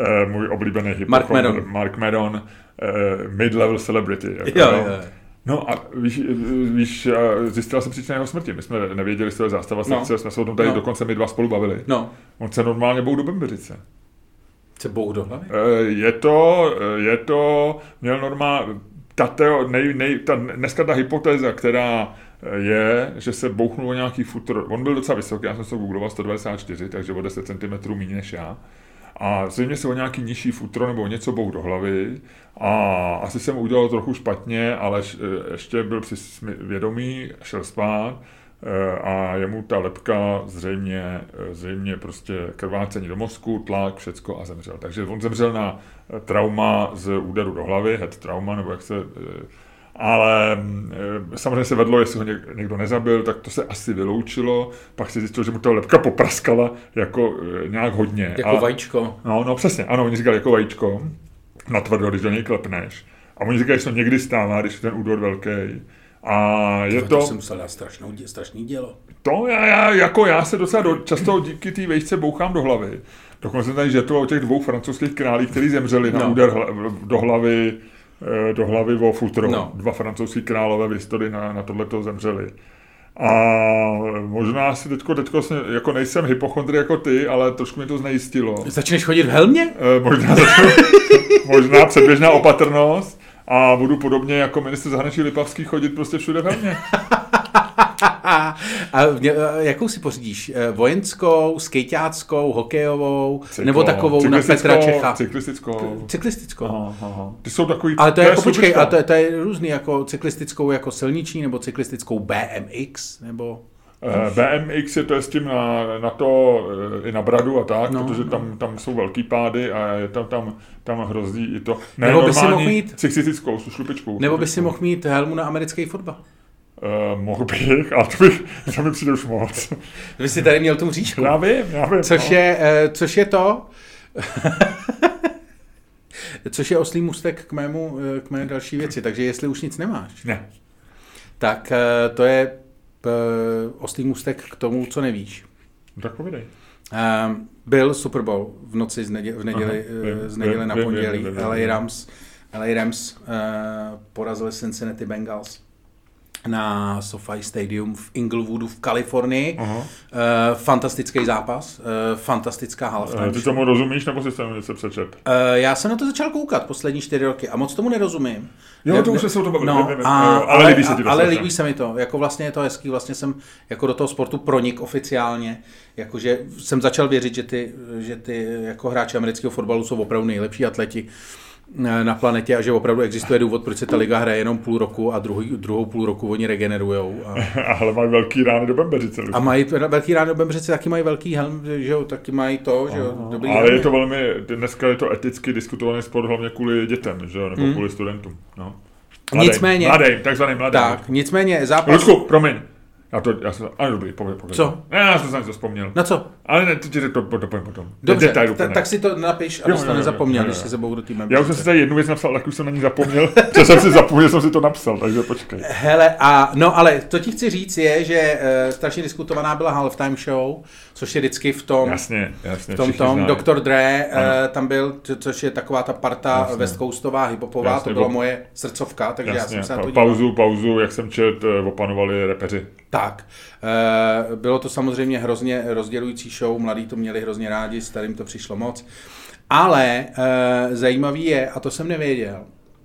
Mark Maron, mid-level celebrity.
Jo.
No a víš, zjistila jsem příčinu jeho smrti. My jsme nevěděli, co je zástava srdce, jsme se o tom tady dokonce my dva spolu bavili. No. On se normálně bouch do Bembeřice.
Se bouch do hlavy?
Je to, měl normálně, dneska ta hypotéza, která je, že se bouchnul o nějaký futr. On byl docela vysoký, já jsem se googloval 194, takže o 10 cm méně než já. A zřejmě se o nějaký nižší futro nebo něco bouch do hlavy a asi jsem udělal trochu špatně, ale ještě byl při vědomí, šel spát a jemu ta lebka zřejmě prostě krvácení do mozku, tlak, všecko a zemřel. Takže on zemřel na trauma z úderu do hlavy, head trauma, nebo jak se... Ale samozřejmě se vedlo, jestli ho někdo nezabil, tak to se asi vyloučilo. Pak se zjistilo, že mu ta lebka popraskala jako nějak hodně.
Jako vajíčko.
No přesně, ano, oni říkali jako vajíčko, natvrdo, když do něj klepneš. A oni říkají, že to někdy stává, když je ten úder velký. A je to...
To jsem musel dát strašný dělo.
To já se docela často díky té vejšce bouchám do hlavy. Dokonce jsem tady žetoval o těch 2 francouzských králích, kteří zemřeli na úder do hlavy o futro. No. 2 francouzský králové v historii na tohleto zemřeli. A možná si teďko jako nejsem hypochondry jako ty, ale trošku mě to znejistilo.
Začneš chodit v helmě?
Možná předběžná opatrnost a budu podobně jako ministr zahraničí Lipavský chodit prostě všude v helmě.
A jakou si pořídíš? Vojenskou, skejťáckou, hokejovou, nebo takovou na Petra Čecha?
Cyklistickou. Aha. Ty jsou takový...
Ale to je jako, počkej, ale to je různý, jako cyklistickou jako silniční, nebo cyklistickou BMX, nebo...
BMX je to s tím na to i na bradu a tak, protože tam jsou velký pády a je tam hrozí i to. Ne,
nebo by si mohl mít
cyklistickou, s šlupičkou.
Nebo by si mohl mít helmu na americký fotbal.
Mohl bych, ale to mi přijde už moc.
Vy jsi tady měl tu mřížku.
Já vím.
Což je to... Což je oslý můstek k mé další věci. Takže jestli už nic nemáš,
ne.
Tak to je oslý můstek k tomu, co nevíš.
Tak povídej.
Byl Super Bowl v noci z neděle na pondělí. LA Rams porazili Cincinnati Bengals na SoFi Stadium v Inglewoodu v Kalifornii. Fantastický zápas, fantastická halftime.
Ty tomu rozumíš, nebo jsi tam něco přečet?
Já jsem na to začal koukat poslední 4 roky a moc tomu nerozumím.
Jo, to už se o to bavili.
Ale líbí se mi to. Jako vlastně je to hezký, vlastně jsem jako do toho sportu pronik oficiálně. Jakože jsem začal věřit, že ty jako hráči amerického fotbalu jsou opravdu nejlepší atleti na planetě a že opravdu existuje důvod, proč se ta liga hraje jenom půl roku a druhou půl roku oni regenerujou.
Ale mají velký rány do bembeřice.
A mají velký rány do bembeřice, taky mají velký helm, že jo, taky mají to, že jo, dobrý
ale helm. Je to velmi, dneska je to eticky diskutovaný sport hlavně kvůli dětem, že jo, nebo kvůli studentům, no. Takzvaný mladý.
Tak, nicméně zápas...
Lučku, promiň. Ale dobrý, pověď.
Co?
Ne, já jsem to vzpomněl.
Na co?
Ale ne, ty to povím potom.
Dobře, tak si to napiš, abys to nezapomněl, když se sebou do týmu.
Já už jsem si tady jednu věc napsal, tak už jsem na ní zapomněl. Protože jsem si zapomněl, jsem si to napsal, takže počkej.
Hele, ale to ti chci říct je, že strašně diskutovaná byla halftime show, což je vždycky v tom...
Jasně,
v tom Dr. Dre tam byl, což je taková ta parta West Coastová, hiphopová, to byla moje srdcovka, takže já jsem se na to
díval. Pauzu, jak jsem četl, opanovali repeři.
Tak, bylo to samozřejmě hrozně rozdělující show, mladí to měli hrozně rádi, starým to přišlo moc, ale zajímavý je, a to jsem nevěděl,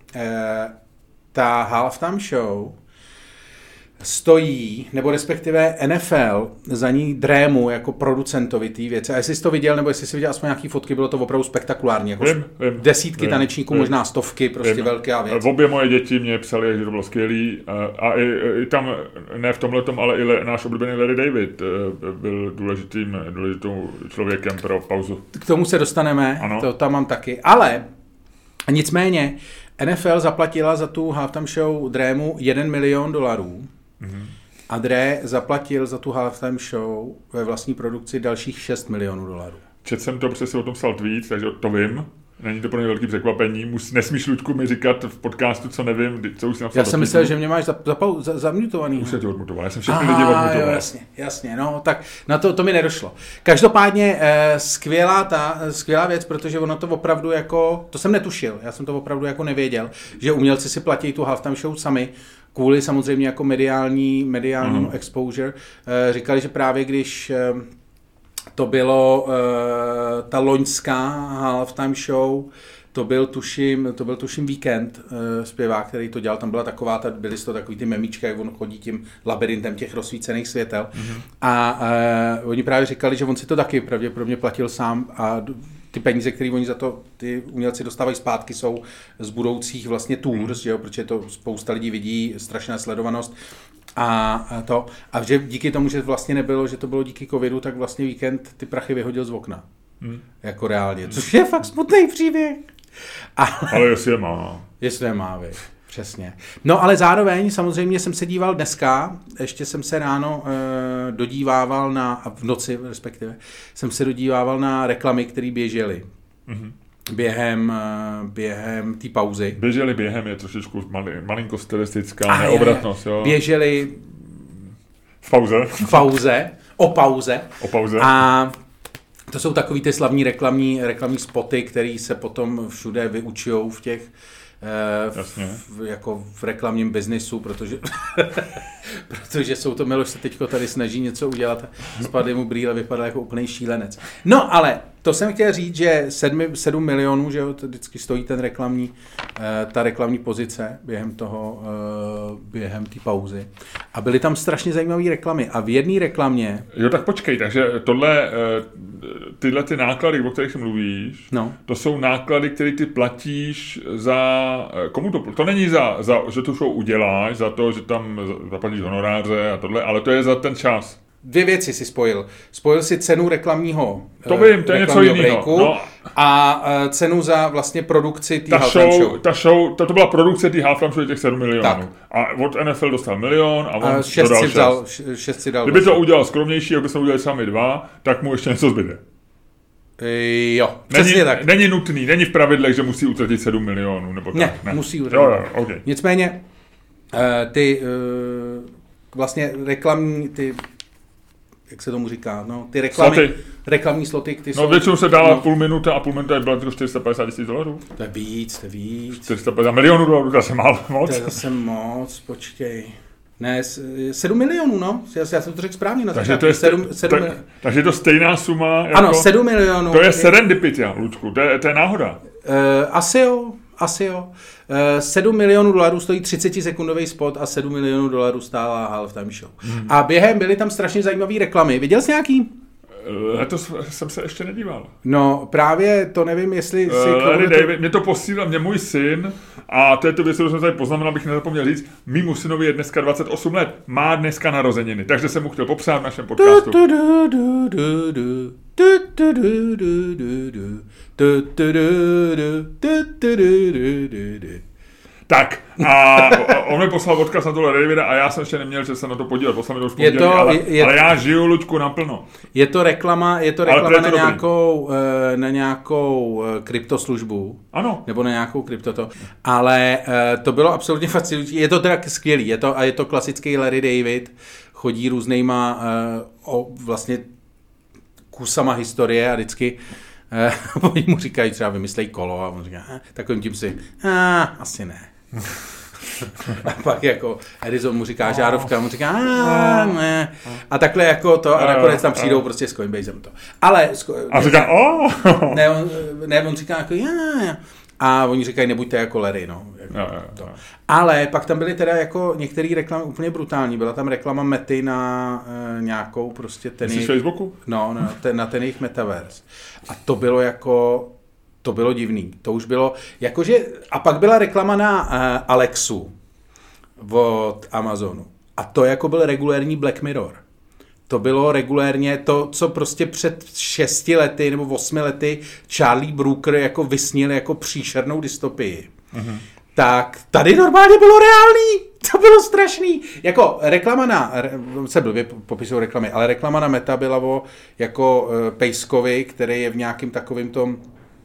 ta halftime show stojí, nebo respektive NFL za ní drému jako producentovi té věci. A jestli jsi to viděl, nebo jestli jsi viděl aspoň nějaký fotky, bylo to opravdu spektakulární. Jako desítky tanečníků, možná stovky, prostě velká věc.
Obě moje děti mě psali, že to bylo skvělý. A i tam, ne v tomhletom, ale i náš oblíbený Larry David byl důležitým člověkem pro pauzu. K
tomu se dostaneme, to tam mám taky. Ale nicméně NFL zaplatila za tu halftime show drému $1 milion. A Dre zaplatil za tu halftime show ve vlastní produkci dalších $6 milionů.
Četl jsem to, protože si o tom psal tweet, takže to vím. Není to pro mě velký překvapení. Nesmíš, Luďku, mi říkat v podcastu, co nevím, co už si napsal.
Já jsem myslel, že mě máš zamutovaný.
Už se to odmutoval, já jsem všechny lidi odmutoval.
Jo, jasně, no, tak na to mi nedošlo. Každopádně skvělá věc, protože ono to opravdu jako, to jsem netušil, já jsem to opravdu jako nevěděl, že umělci si platí tu halftime show sami, kvůli samozřejmě jako mediální exposure. Říkali, že právě když to bylo ta loňská halftime show, to byl tuším Víkend, zpěvák, který to dělal, tam byla byly to takový ty memíčka, jak on chodí tím labirintem těch rozsvícených světel. A oni právě říkali, že on si to taky pravděpodobně platil sám a ty peníze, které oni za to, ty umělci dostávají zpátky, jsou z budoucích vlastně tours, že jo, protože to spousta lidí vidí, strašná sledovanost. A že díky tomu, že vlastně nebylo, že to bylo díky covidu, tak vlastně Víkend ty prachy vyhodil z okna. Jako reálně, což je fakt smutný příběh.
Ale jestli je má.
Jestli je má, přesně. No ale zároveň samozřejmě jsem se díval dneska, ještě jsem se ráno dodívával v noci respektive, jsem se dodívával na reklamy, které běžely. Během té pauzy.
Běželi během je trošičku malinko stylistická neobratnost. Jo.
Běželi
v pauze.
O pauze.
A
to jsou takový ty slavní reklamní spoty, které se potom všude vyučujou v těch jako v reklamním biznisu, protože jsou to, Miloš se teďko tady snaží něco udělat, spadly mu brýle, vypadá jako úplný šílenec. No ale to jsem chtěl říct, že 7 milionů, že jo, to vždycky stojí ta reklamní pozice během té pauzy. A byly tam strašně zajímavé reklamy. A v jedné reklamě...
Jo, tak počkej, takže tyhle ty náklady, o kterých mluvíš, to jsou náklady, které ty platíš za... Komu to? To není za že tu show uděláš, za to, že tam zaplatíš honoráře a tohle, ale to je za ten čas.
Dvě věci si spojil. Spojil si cenu reklamního
to vím, to je něco jiného.
A cenu za vlastně produkci té Halftime Show.
To byla produkce té Halftime Show těch 7 milionů. Tak. A od NFL dostal 1 milion a on
6
dodal
6 si dal.
Kdyby to udělal skromnější, jako jsme udělali sami 2, tak mu ještě něco zbyde.
Jo, přesně tak.
Není nutný, není v pravidlech, že musí utratit 7 milionů. Nebo tak.
Ne, musí utratit.
Okay.
Nicméně vlastně reklamní, jak se tomu říká, ty reklamní sloty, ty jsou...
většinou se dala půl minuta a půl minuta je byla $450,000.
To je víc.
450 milionů dolarů, to je zase moc.
To je zase moc, počkej. Ne, 7 milionů, Já jsem to řekl správně na
začátku. Takže je to stejná suma jako...
Ano, 7 milionů.
To je serendipity, Luďku, to je náhoda.
Asi jo. 7 milionů dolarů stojí 30-sekundový spot a 7 milionů dolarů stála Halftime Show. A během byly tam strašně zajímavé reklamy. Viděl jsi nějaký?
Letos jsem se ještě nedíval.
No právě to nevím, jestli si...
Larry David, mě to posílal, mě můj syn, a to je to věc, kterou jsem tady poznamenal, abych nezapomněl říct, mýmu synovi je dneska 28 let, má dneska narozeniny, takže jsem mu chtěl popřát v našem podcastu. Tak, a on mi poslal odkaz na tohle Davida a já jsem ještě neměl, že se na to podívat, poslal mi to už pondělí, ale já žiju, Luďku, naplno.
Je to reklama na nějakou kryptoslužbu.
Ano.
Nebo na nějakou kryptoto. Ale to bylo absolutně fascinující. Je to teda skvělý, je to klasický Larry David, chodí různýma vlastně kusama historie a vždycky oni mu říkají, třeba vymyslej kolo a on říká, takovým tím si, asi ne. A pak jako Edison mu říká žárovka, mu říká, ne. A takhle jako to a nakonec tam přijdou prostě s Coinbasem to. Ale...
A říká,
on říká jako, a oni říkají, nebuďte jako Larry, to. Ale pak tam byly teda jako některé reklamy úplně brutální. Byla tam reklama Mety na nějakou prostě ten jejich...
Facebooku?
No, na ten jejich metaverse. A to bylo divný. To už bylo, jakože... A pak byla reklama na Alexu od Amazonu. A to jako byl regulérní Black Mirror. To bylo regulérně to, co prostě před 6 lety nebo 8 lety Charlie Brooker jako vysnil jako příšernou dystopii. Mm-hmm. Tak tady normálně bylo reálný. To bylo strašný. Jako reklama se blbě popisují reklamy, ale reklama na Meta byla jako pejskovi, který je v nějakým takovým tom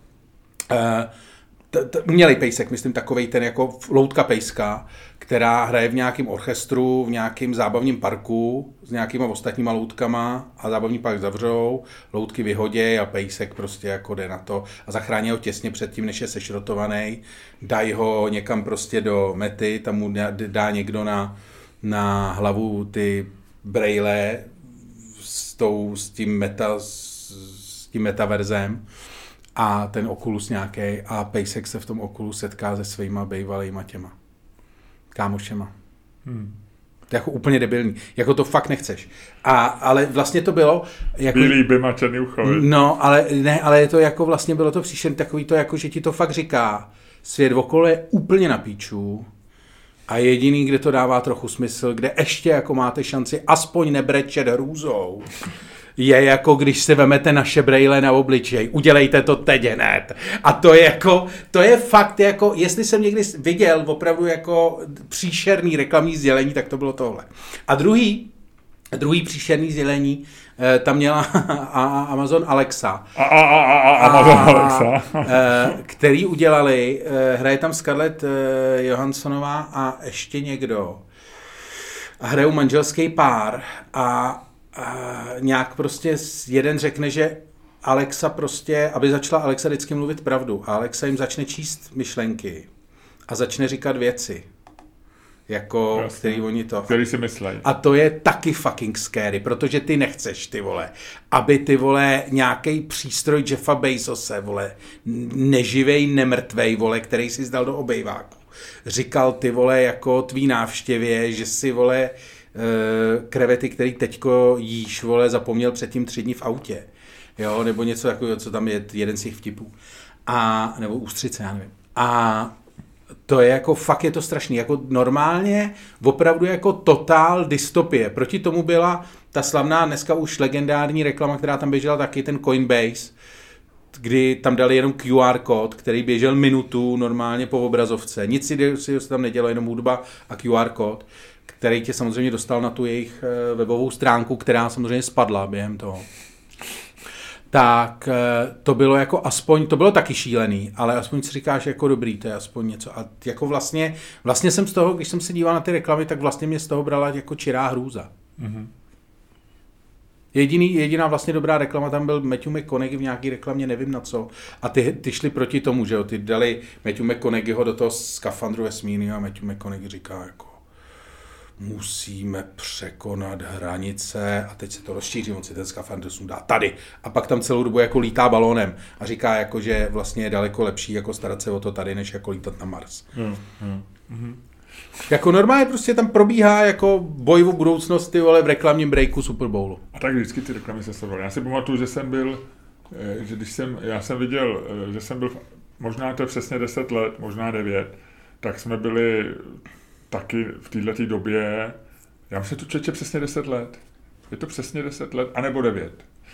umělej pejsek, myslím takovej ten jako loutka pejska, která hraje v nějakém orchestru, v nějakém zábavním parku s nějakýma ostatníma loutkama a zábavní park zavřou, loutky vyhoděj a pejsek prostě jako jde na to a zachrání ho těsně před tím, než je sešrotovaný, dají ho někam prostě do Mety, tam mu dá někdo na hlavu ty brejle s tím metaverzem a ten Oculus nějaký a Pejsek se v tom Oculus setká se svýma bejvalejma těma kámošema. To je jako úplně debilní. Jako to fakt nechceš. Ale vlastně to bylo... Jako,
Bílý bym a černý uchovi.
No, ale je to jako vlastně bylo to příšerný takový to, jako, že ti to fakt říká, svět okolo je úplně na píču a jediný, kde to dává trochu smysl, kde ještě jako máte šanci aspoň nebrečet hrůzou, je jako když si vemete naše brejle na obličej. Udělejte to teď hned. A to je jako, to je fakt jako, jestli jsem někdy viděl opravdu jako příšerný reklamní sdělení, tak to bylo tohle. A druhý příšerný sdělení, tam měla Amazon Alexa.
Amazon Alexa.
Který udělali, hraje tam Scarlett Johanssonová a ještě někdo. A hrajou manželský pár a nějak prostě jeden řekne, že Alexa prostě, aby začala Alexa vždycky mluvit pravdu a Alexa jim začne číst myšlenky a začne říkat věci, jako, jasně, který oni to...
Který si myslejí.
A to je taky fucking scary, protože ty nechceš, ty vole, aby ty vole nějaký přístroj Jeffa Bezose, vole, neživej, nemrtvej, vole, který si zdal do obejváku. Říkal ty vole jako tvý návštěvě, že si vole krevety, který teďko jíš, vole, zapomněl předtím 3 dny v autě. Jo, nebo něco takového, co tam je jeden z těch vtipů. Nebo ústřice, já nevím. A to je jako, fakt je to strašný. Jako normálně, opravdu jako totál dystopie. Proti tomu byla ta slavná, dneska už legendární reklama, která tam běžela taky, ten Coinbase, kdy tam dali jenom QR kód, který běžel minutu normálně po obrazovce. Nic si tam nedělo, jenom hudba a QR kód, který tě samozřejmě dostal na tu jejich webovou stránku, která samozřejmě spadla během toho. Tak to bylo jako aspoň, to bylo taky šílený, ale aspoň si říkáš jako dobrý, to je aspoň něco. A jako vlastně jsem z toho, když jsem se díval na ty reklamy, tak vlastně mě z toho brala jako čirá hrůza. Mm-hmm. Jediná vlastně dobrá reklama tam byl Matthew McConaughey v nějaký reklamě, nevím na co. A ty šli proti tomu, že jo, ty dali Matthew McConaugheyho do toho skafandru vesmírného a Matthew McConaughey říká jako musíme překonat hranice a teď se to rozšíří, on si ten skafandr sundá tady. A pak tam celou dobu jako lítá balónem a říká jako, že vlastně je daleko lepší jako starat se o to tady, než jako lítat na Mars. Jako normálně prostě tam probíhá jako boj o budoucnost, ty vole, v reklamním breaku Super Bowlu.
A tak vždycky ty reklamy se sledovaly. Já si pamatuju, že jsem byl, já jsem viděl, že jsem byl, možná to je přesně 10 let, možná 9, tak jsme byli taky v této době, já myslím, že to čeče přesně 10 let. Je to přesně 10 let, anebo 9.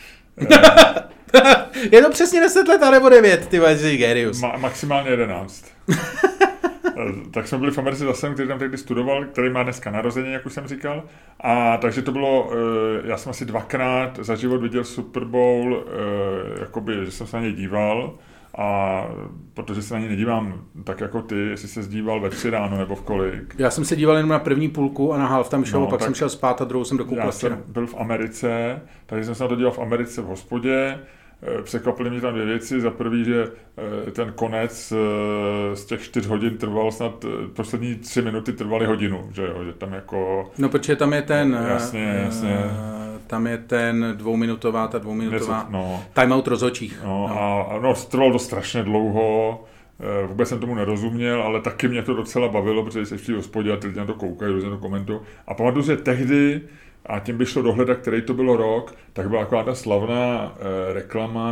Je to přesně 10 let, anebo 9, ty jsi genius.
Maximálně 11. Tak jsme byli v Americe zase, který tam tehdy studoval, který má dneska narozeně, jak už jsem říkal. A takže to bylo, já jsem asi 2krát za život viděl Super Bowl, jakoby, že jsem se na něj díval. A protože se na něj nedívám tak jako ty, jestli se díval ve 3 ráno nebo v kolik.
Já jsem se díval jenom na první půlku a na halftime show, pak jsem šel spát a druhou jsem dokoukal.
Já jsem byl v Americe, takže jsem se na to díval v Americe v hospodě. Překvapily mě tam 2 věci. Za prvý, že ten konec z těch 4 hodin trval snad, poslední 3 minuty trvaly hodinu, že jo, že tam jako...
No, protože tam je ten...
Jasně.
Tam je ten 2minutová timeout rozhodčích.
Trvalo to strašně dlouho, vůbec jsem tomu nerozuměl, ale taky mě to docela bavilo, protože se v té hospodě a ty lidi na to koukají, různě to komentují. A pamatuju, že tehdy, a tím by šlo dohledat, který to bylo rok, tak byla taková ta slavná reklama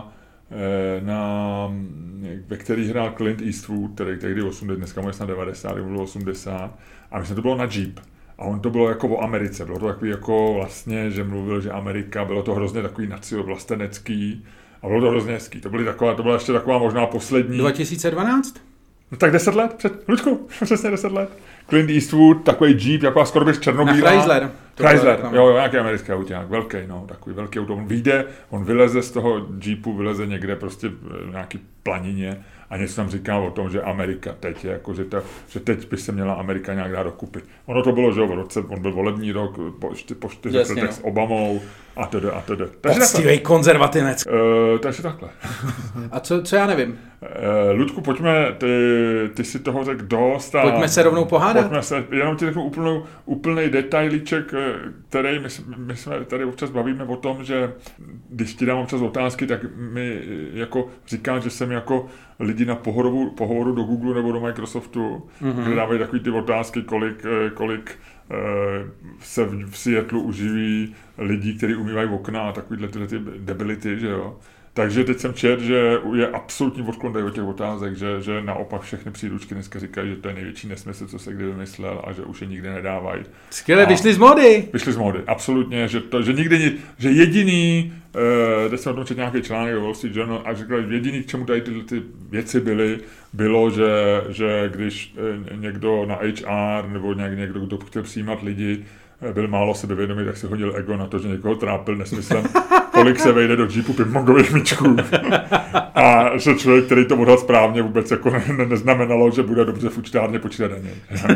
ve který hrál Clint Eastwood, který tehdy 80, dneska možná 90, bylo 80, a myslím, to bylo na Jeep. A on to bylo jako o Americe, bylo to takový jako vlastně, že mluvil, že Amerika, bylo to hrozně takový vlastenecký a bylo to hrozně hezký. To byla ještě taková možná poslední...
2012?
No tak 10 let, Luďku, přesně 10 let. Clint Eastwood, takový Jeep, jako skoro bych černobílá.
Na
Chrysler, jo, nějaký americký auták, velký, no, takový velký auto. On vyjde, on vyleze z toho Jeepu, vyleze někde prostě v nějaký planině a něco tam říká o tom, že Amerika teď je, jako, že teď by se měla Amerika nějak dát dokupy. Ono to bylo, že v roce, on byl volební rok po 4 letech s Obamou a tedy.
Poctivý konzervativec.
Takže takhle.
A co já nevím?
Ludku, pojďme, ty si toho řekl dost.
Pojďme se rovnou pohádat.
Jenom ti řeknu úplný detailíček, který my jsme tady občas bavíme o tom, že když ti dám občas otázky, tak mi jako říkáš, že jsem jako lidi na pohovoru do Google nebo do Microsoftu, kde dávají takový ty otázky, kolik se v Seattlu uživí lidí, kteří umývají okna a takovýhle ty debility, že jo. Takže teď jsem četl, že je absolutní odklon od těch otázek, že naopak všechny příručky dneska říkají, že to je největší nesmysl, co se kdy vymyslel a že už je nikdy nedávají.
Skvěle, vyšli z módy.
Vyšli z módy, absolutně, že nikdy, že jediný, teď jsem o tom četl nějaký článek do Wall Street Journal a říkali, jediný, k čemu tady ty věci bylo, že když někdo na HR nebo někdo, kdo chtěl přijímat lidi, byl málo sebevědomý, tak si hodil ego na to, že někoho trápil nesmyslem, kolik se vejde do džípu pingpongových míčků. A že člověk, který to odhad správně, vůbec jako neznamenalo, že bude dobře v účtárně počítat daně.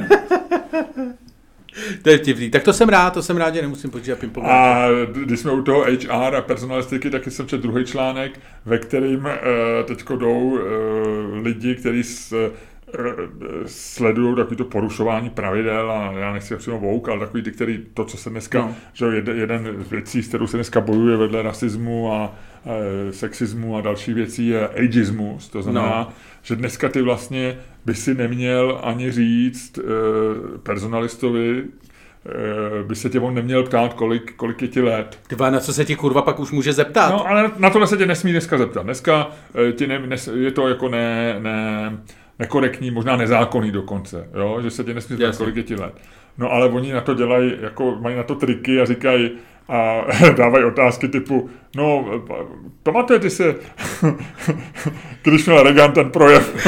To je vtipný. Tak to jsem rád, že nemusím počítat pingpong.
A když jsme u toho HR a personalistiky, taky jsem četl druhý článek, ve kterým teďko jdou lidi, kteří sledují takový to porušování pravidel a já nechci přímo vouk, ale takový ty, který to, co se dneska, že jeden z věcí, s kterou se dneska bojuje vedle rasismu a sexismu a další věcí je ageismus. To znamená, že dneska ty vlastně by si neměl ani říct personalistovi, by se tě on neměl ptát, kolik je ti let.
Tyba, na co se ti kurva pak už může zeptat?
No, ale na tohle se tě nesmí dneska zeptat. Dneska je to jako nekorektní, možná nezákonný dokonce, jo? Že se tě nesmí zeptat, kolik je ti let. No ale oni na to dělají, jako mají na to triky a říkají a dávají otázky typu, no, pamatujete si, když měl Reagan ten projev,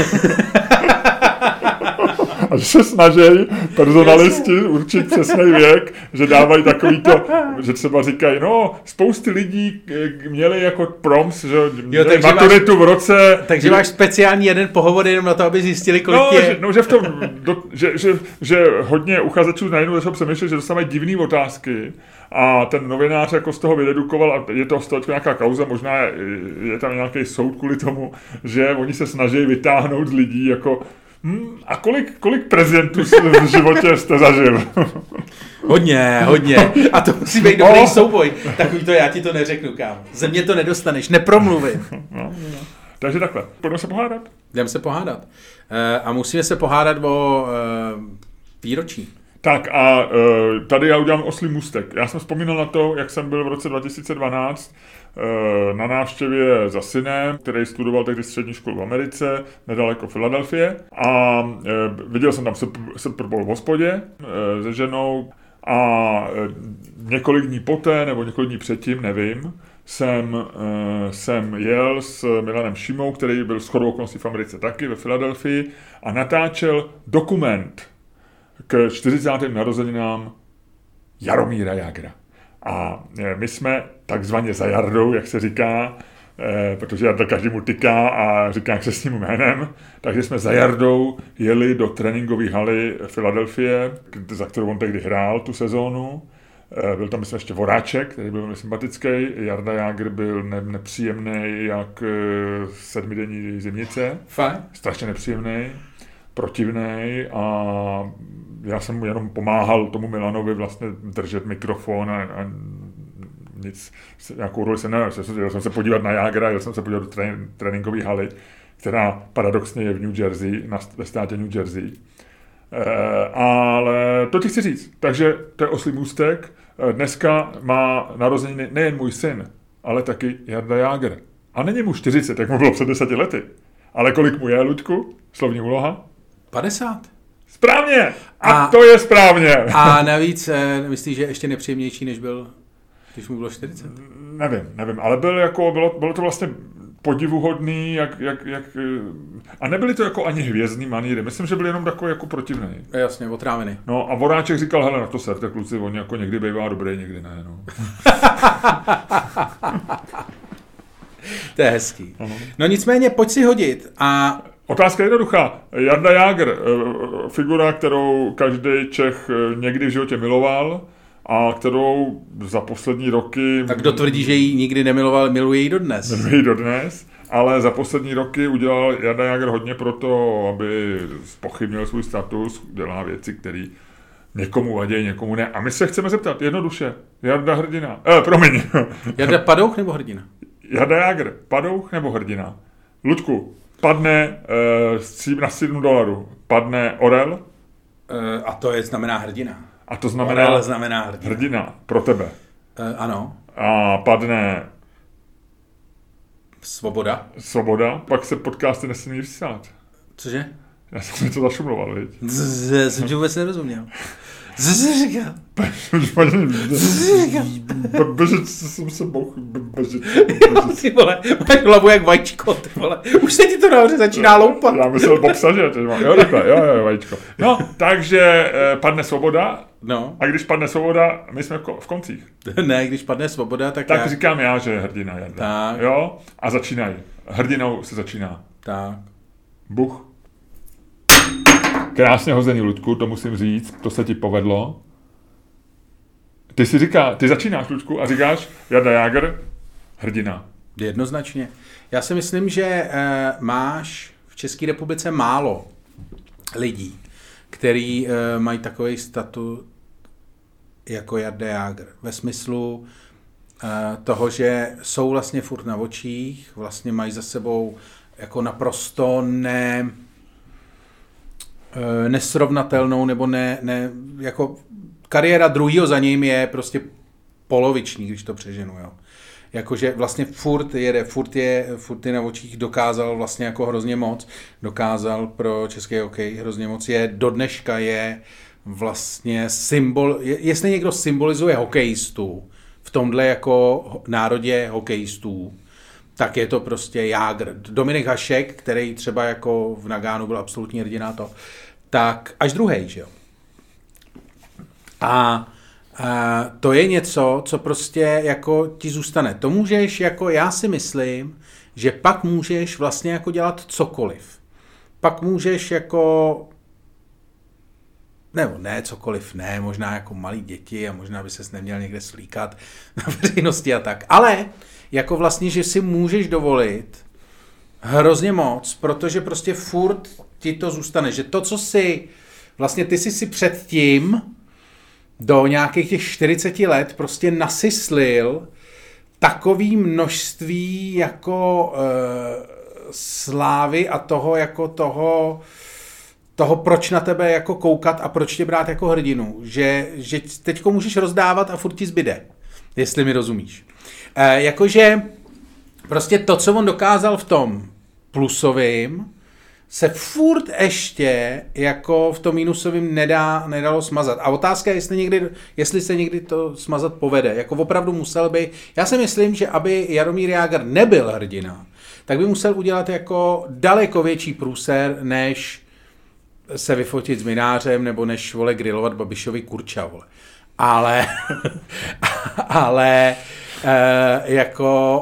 a že se snaží personalisti určit přesný věk, že dávají takový to, že třeba říkají, no, spousty lidí měli jako proms, že měli maturitu v roce...
Takže máš speciální jeden pohovor jenom na to, aby zjistili, kolik je...
No, že v tom, že hodně uchazečů najednou začal přemýšlet, že dostávají divné otázky a ten novinář jako z toho vydedukoval, a je to z toho nějaká kauza, možná je tam nějaký soud kvůli tomu, že oni se snaží vytáhnout z lidí jako a kolik prezidentů v životě jste zažil?
Hodně. A to musí být dobrý souboj. Takový to já ti to neřeknu, kámo. Ze mě to nedostaneš, nepromluvím.
No. Takže takhle. Pojďme se pohádat?
Jdeme se pohádat. A musíme se pohádat o výročí.
Tak a tady já udělám oslý můstek. Já jsem vzpomínal na to, jak jsem byl v roce 2012 na návštěvě za synem, který studoval tehdy střední školu v Americe, nedaleko Filadelfie. A viděl jsem tam Super Bowl v hospodě se ženou a několik dní poté, nebo několik dní předtím, nevím, jsem jel s Milanem Šimou, který byl shodou okolností v Americe taky, ve Filadelfii, a natáčel dokument k 40. narozeninám Jaromíra Jágra. A my jsme takzvaně za Jardou, jak se říká, protože Jarda každému tyká a říká se s ním jménem, takže jsme za Jardou jeli do tréninkové haly Filadelfie, za kterou on tehdy hrál tu sezónu. Byl tam myslím ještě Voráček, který byl velmi sympatický. Jarda Jágr byl nepříjemný jak 7denní zimnice.
Fajn.
Strašně nepříjemný, protivnej a já jsem mu jenom pomáhal tomu Milanovi vlastně držet mikrofon a nic, nějakou roli se nevím. Jel jsem se podívat na Jágra, jel jsem se podívat do tréninkové haly, která paradoxně je v New Jersey, ve státě New Jersey. Ale to ti chci říct. Takže to je oslý můstek. Dneska má narozeniny nejen můj syn, ale taky Jarda Jágr. A není mu 40, jak mu bylo před 10 lety. Ale kolik mu je, Luďku? Slovní úloha?
50.
Správně! A to je správně!
A navíc myslíš, že je ještě nepříjemnější, než byl, když mu bylo 40?
Nevím, ale bylo to vlastně podivuhodný, jak a nebyly to jako ani hvězdný maníry. Myslím, že byly jenom takový jako protivný.
Jasně, otrávený.
No a Voráček říkal, hele, na to serte, kluci, on jako někdy bývá dobrý, někdy ne, no.
To je hezký. No nicméně, pojď si hodit a
Otázka je jednoduchá. Jarda Jágr, figura, kterou každý Čech někdy v životě miloval a kterou za poslední roky...
Tak kdo tvrdí, že ji nikdy nemiloval, miluje ji dodnes.
Miluje ji dodnes, ale za poslední roky udělal Jarda Jágr hodně pro to, aby zpochybnil svůj status, dělá věci, které někomu vadí, někomu ne. A my se chceme zeptat jednoduše. Jarda Hrdina. Promiň.
Jarda Padouch nebo Hrdina?
Jarda Jágr. Padouch nebo Hrdina? Luďku, padne na $7. Padne orel?
A to znamená Hrdina.
A to znamená...
Orel znamená Hrdina.
Hrdina. Pro tebe.
Ano.
A padne...
Svoboda.
Svoboda. Pak se podcasty nesmí vysílat.
Cože?
Já jsem něco zašumloval, viď?
Jsem ti vůbec nerozuměl. Co jsi říkal?
Bežet jsem se mohl.
Ty vole, máš hlavu jak vajíčko, ty vole. Už se ti to nahoře začíná loupat.
Já myslel bobsaže, jo, takhle, jo, vajíčko. No, takže padne svoboda.
No.
A když padne svoboda, my jsme v koncích.
Ne, když padne svoboda, tak
já... říkám já, že je hrdina Jarda.
Tak.
Jo? A začínají. Hrdinou se začíná.
Tak.
Bůh. Krásně hozený, Luďku, to musím říct, to se ti povedlo. Ty začínáš, Luďku, a říkáš Jarda Jágr, hrdina.
Jednoznačně. Já si myslím, že máš v České republice málo lidí, který mají takový statut jako Jarda Jágr. Ve smyslu toho, že jsou vlastně furt na očích, vlastně mají za sebou jako naprosto nesrovnatelnou, nebo jako kariéra druhýho za ním je prostě poloviční, když to přeženu, jo. Jakože vlastně furt je na očích, dokázal vlastně jako hrozně moc, dokázal pro český hokej hrozně moc, do dneška je vlastně symbol, jestli někdo symbolizuje hokejistu v tomhle jako národě hokejistů, tak je to prostě Jágr. Dominik Hašek, který třeba jako v Nagánu byl absolutní hrdina to, tak až druhej, že jo. A to je něco, co prostě jako ti zůstane. To můžeš jako, já si myslím, že pak můžeš vlastně jako dělat cokoliv. Pak můžeš jako, nebo ne cokoliv, ne, možná jako malí děti a možná by ses neměl někde slíkat na veřejnosti a tak. Ale jako vlastně, že si můžeš dovolit hrozně moc, protože prostě furt ti to zůstane. Že to, co si, vlastně ty jsi si předtím do nějakých těch 40 let prostě nasyslil takový množství jako slávy a toho jako toho, proč na tebe jako koukat a proč tě brát jako hrdinu. Že teďko můžeš rozdávat a furt ti zbyde, jestli mi rozumíš. Jakože prostě to, co on dokázal v tom plusovým, se furt ještě jako v tom minusovým nedalo smazat. A otázka je, jestli se někdy to smazat povede. Jako opravdu musel by, já si myslím, že aby Jaromír Jágr nebyl hrdina, tak by musel udělat jako daleko větší průser, než se vyfotit s minářem, nebo než, vole, grilovat Babišovi kurča, vole. Ale jako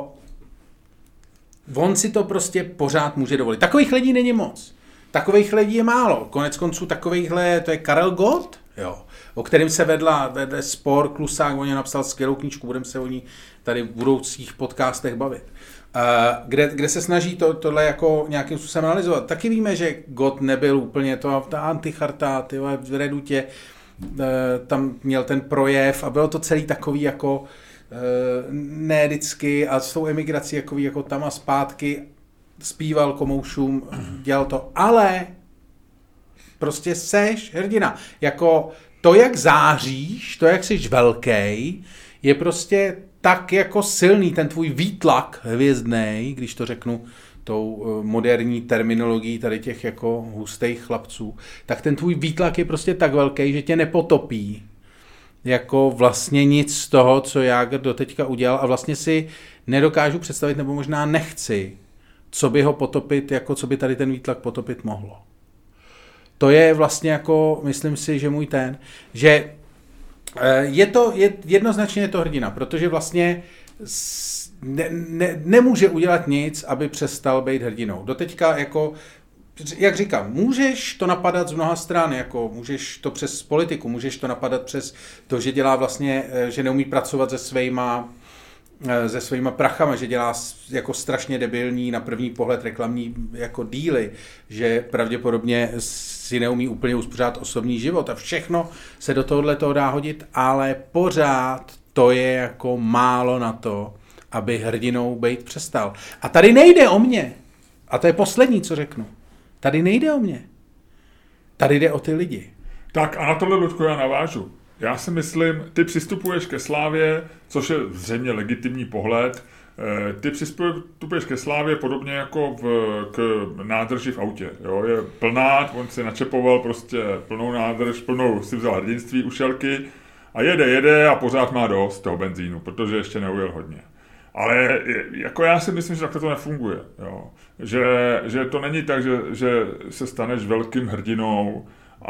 on si to prostě pořád může dovolit. Takových lidí není moc. Takových lidí je málo. Konec konců takovýchhle, to je Karel Gott, jo, o kterém se vede spor, Klusák o něm napsal skvělou knížku, budeme se o ní tady v budoucích podcastech bavit. Kde se snaží tohle jako nějakým způsobem analyzovat. Taky víme, že Gott nebyl úplně ta anticharta, v Redutě, tam měl ten projev a bylo to celý takový jako ne vždycky a s tou emigrací jako tam a zpátky zpíval komoušům, dělal to, ale prostě seš hrdina. Jako to, jak záříš, to, jak jsi velký, je prostě tak jako silný ten tvůj výtlak hvězdnej, když to řeknu tou moderní terminologií tady těch jako hustých chlapců, tak ten tvůj výtlak je prostě tak velký, že tě nepotopí jako vlastně nic z toho, co Jágr doteďka udělal a vlastně si nedokážu představit, nebo možná nechci, co by ho potopit, jako co by tady ten výtlak potopit mohlo. To je vlastně jako, myslím si, že můj že jednoznačně je to hrdina, protože vlastně nemůže udělat nic, aby přestal být hrdinou. Doteďka jako jak říkám, můžeš to napadat z mnoha stran, jako můžeš to přes politiku, můžeš to napadat přes to, že dělá vlastně, že neumí pracovat se svýma prachama, že dělá jako strašně debilní na první pohled reklamní jako díly, že pravděpodobně si neumí úplně uspořádat osobní život a všechno se do tohoto dá hodit, ale pořád to je jako málo na to, aby hrdinou být přestal. A tady nejde o mě. A to je poslední, co řeknu. Tady nejde o mě. Tady jde o ty lidi.
Tak a na tohle, Ludko, já navážu. Já si myslím, ty přistupuješ ke slávě, což je zřejmě legitimní pohled, ty přistupuješ ke slávě podobně jako k nádrži v autě. Jo? Je plná, on si načepoval prostě plnou nádrž, plnou si vzal hrdinství, ušelky a jede a pořád má dost toho benzínu, protože ještě neujel hodně. Ale jako já si myslím, že takhle to nefunguje. Jo? Že to není tak, že se staneš velkým hrdinou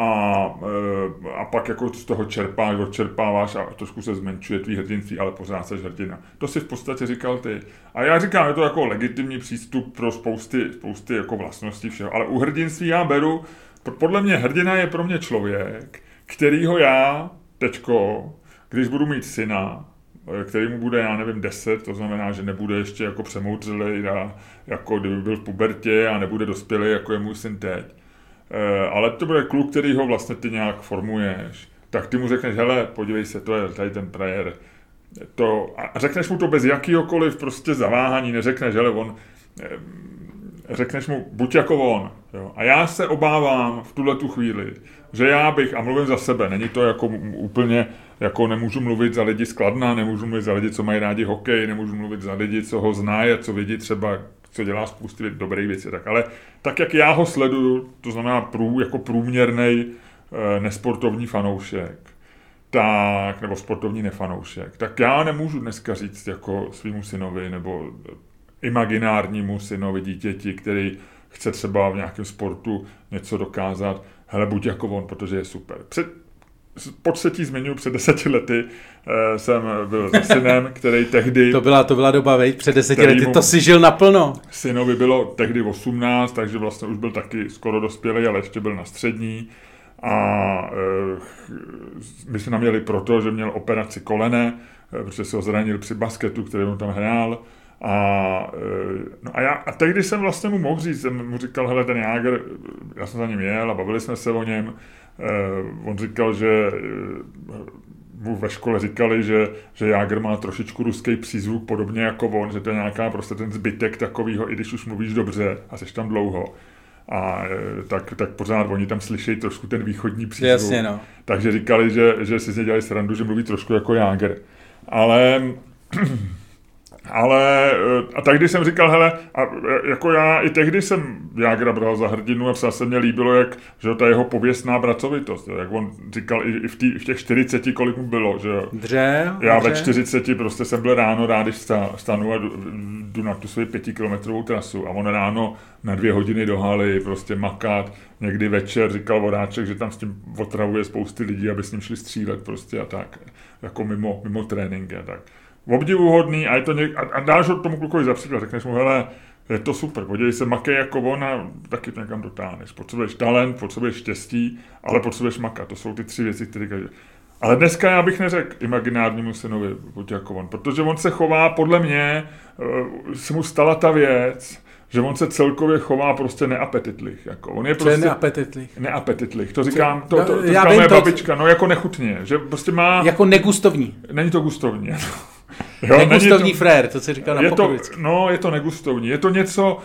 a pak jako z toho odčerpáváš a trošku se zmenšuje tvý hrdinství, ale pořád seš hrdina. To si v podstatě říkal ty. A já říkám, je to jako legitimní přístup pro spousty jako vlastností všeho. Ale u hrdinství já beru, podle mě hrdina je pro mě člověk, kterýho já teďko, když budu mít syna, který mu bude, já nevím, 10, to znamená, že nebude ještě jako přemoudřelej, jako kdyby byl v pubertě a nebude dospělý, jako je můj syn teď. Ale to bude kluk, který ho vlastně ty nějak formuješ. Tak ty mu řekneš, hele, podívej se, to je tady ten prajer. A řekneš mu to bez jakýhokoliv prostě zaváhání, neřekneš, hele, řekneš mu, buď jako on. Jo. A já se obávám v tuhletu chvíli, že já bych, a mluvím za sebe, není to jako úplně, jako nemůžu mluvit za lidi z Kladna, nemůžu mluvit za lidi, co mají rádi hokej, nemůžu mluvit za lidi, co ho znají a co vidí třeba, co dělá spousty dobrých věcí. Tak, ale tak, jak já ho sleduju, to znamená jako průměrnej nesportovní fanoušek, tak, nebo sportovní nefanoušek, tak já nemůžu dneska říct jako svýmu synovi nebo imaginárnímu synovi, dítěti, který chce třeba v nějakém sportu něco dokázat, hele, buď jako on, protože je super. Pojď se ti zmiňuji, před 10 lety jsem byl se synem, který tehdy... To
byla doba, veď, před 10 lety, to si žil naplno.
Synovi bylo tehdy 18, takže vlastně už byl taky skoro dospělý, ale ještě byl na střední. A my jsme měli proto, že měl operaci kolene, protože se ho zranil při basketu, který on tam hrál. A tehdy jsem vlastně mu mohl říct, jsem mu říkal, hele, ten Jágr, já jsem za ním jel a bavili jsme se o něm. On říkal, že mu ve škole říkali, že Jágr má trošičku ruský přízvuk, podobně jako on, že to je nějaká prostě ten zbytek takovýho, i když už mluvíš dobře a seš tam dlouho. A tak pořád oni tam slyšejí trošku ten východní přízvuk.
Jasně, no.
Takže říkali, že si z něj dělali srandu, že mluví trošku jako Jágr. Ale a tak když jsem říkal, hele, a jako já i tehdy jsem Jágra bral za hrdinu a třeba se mně líbilo, že ta jeho pověstná pracovitost, jak on říkal i v těch 40, kolik mu bylo, že jo. Já ve 40 prostě jsem byl ráno rád, když vstanu a jdu na tu svoji 5kilometrovou trasu a on ráno na 2 hodiny do haly prostě makat, někdy večer říkal Vodáček, že tam s tím otravuje spousty lidí, aby s ním šli střílet prostě a tak, jako mimo tréninky a tak. Obdivuhodný a dáš ho tomu klukovi za příklad, řekneš mu, hele, je to super, podívej se, makej jako on a taky to někam dotáhneš. Potřebuješ talent, potřebuješ štěstí, ale potřebuješ makat. To jsou ty 3 věci, které každý. Ale dneska já bych neřekl imaginárnímu synovi, buď jako on, protože on se chová, podle mě, se mu stala ta věc, že on se celkově chová prostě neapetitlich. Jako. On je prostě neapetitlich. To říkám, to říká moje babička, no jako nechutně, že prostě má...
Jako negustovní.
Není to gustovní.
Jo, negustovní frér, to se říká na pokovicky.
No, je to negustovní. Je to něco,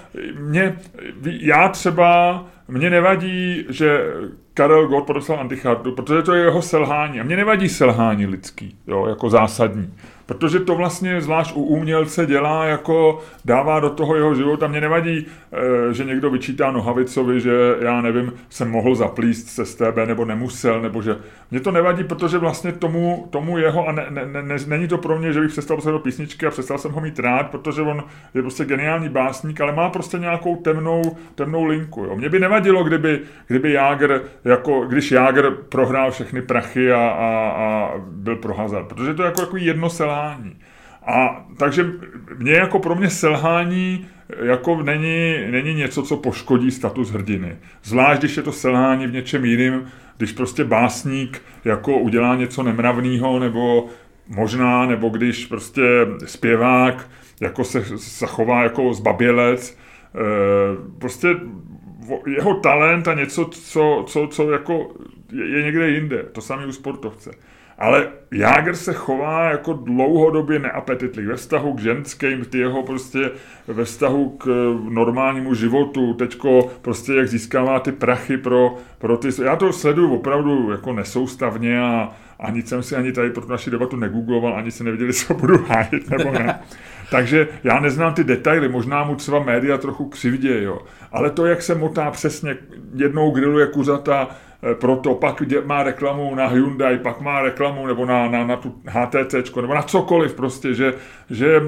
mně nevadí, že Karel Gott podepsal Antichartu, protože to je jeho selhání. A mně nevadí selhání lidský, jo, jako zásadní. Protože to vlastně zvlášť u umělce dělá, jako dává do toho jeho života. Mně nevadí, že někdo vyčítá Nohavicovi, že já nevím, jsem mohl zaplíst se STB nebo nemusel, nebo že... Mně to nevadí, protože vlastně tomu jeho, a není to pro mě, že bych přestal poslouchat písničky a přestal jsem ho mít rád, protože on je prostě geniální básník, ale má prostě nějakou temnou linku. Jo. Mně by nevadilo, kdyby Jágr, jako když Jágr prohrál všechny prachy a byl pro hazard, protože to je jako jedno selhání. A takže pro mě selhání jako není něco, co poškodí status hrdiny. Zvlášť, když je to selhání v něčem jiným, když prostě básník jako udělá něco nemravného, nebo když prostě zpěvák jako se zachová jako zbabělec, prostě jeho talent a něco, co jako je někde jinde. To samé u sportovce. Ale Jágr se chová jako dlouhodobě neapetitlich ve vztahu k ženským, ve vztahu k normálnímu životu, teďko prostě jak získává ty prachy pro ty... Já to sleduju opravdu jako nesoustavně a nic jsem si ani tady pro naši debatu negoogloval, ani se nevěděli, co budu hájit nebo ne. Takže já neznám ty detaily, možná mu třeba média trochu křivdě, jo. Ale to, jak se motá přesně, jednou grilluje kuřata, proto pak má reklamu na Hyundai, pak má reklamu nebo na tu HTCčko, nebo na cokoliv prostě, že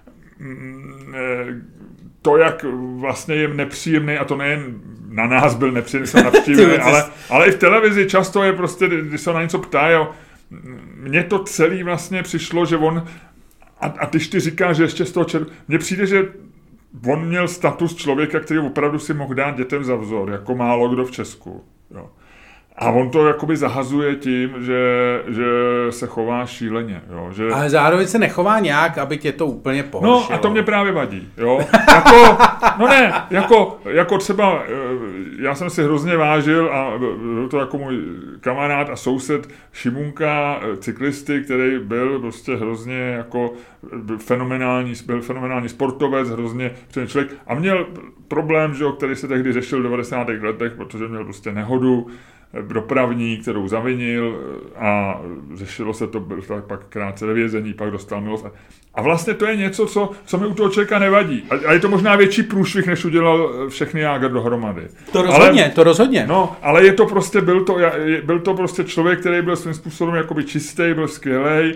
to, jak vlastně je nepříjemný, a to nejen na nás byl nepříjemný, jsem navštívil, ale i v televizi často je prostě, když se na něco ptají, mně to celý vlastně přišlo, že on, a když ty říkáš, že ještě z toho mně přijde, že on měl status člověka, který opravdu si mohl dát dětem za vzor, jako málo kdo v Česku, jo. A on to jakoby zahazuje tím, že se chová šíleně. Jo?
Ale zároveň se nechová nějak, aby tě to úplně pohoršilo.
No a to mě právě vadí. Jo? Jako třeba, já jsem si hrozně vážil a byl to jako můj kamarád a soused Šimunka, cyklisty, který byl prostě hrozně jako byl fenomenální sportovec, hrozně přední člověk a měl problém, že, který se tehdy řešil v 90. letech, protože měl prostě nehodu dopravní, kterou zavinil a řešilo se to, byl pak krátce ve vězení, pak dostal milost. A vlastně to je něco, co mi u toho člověka nevadí. A je to možná větší průšvih, než udělal všechny Jágr dohromady.
To rozhodně.
No, ale je to prostě, byl to prostě člověk, který byl svým způsobem jakoby čistý, byl skvělej.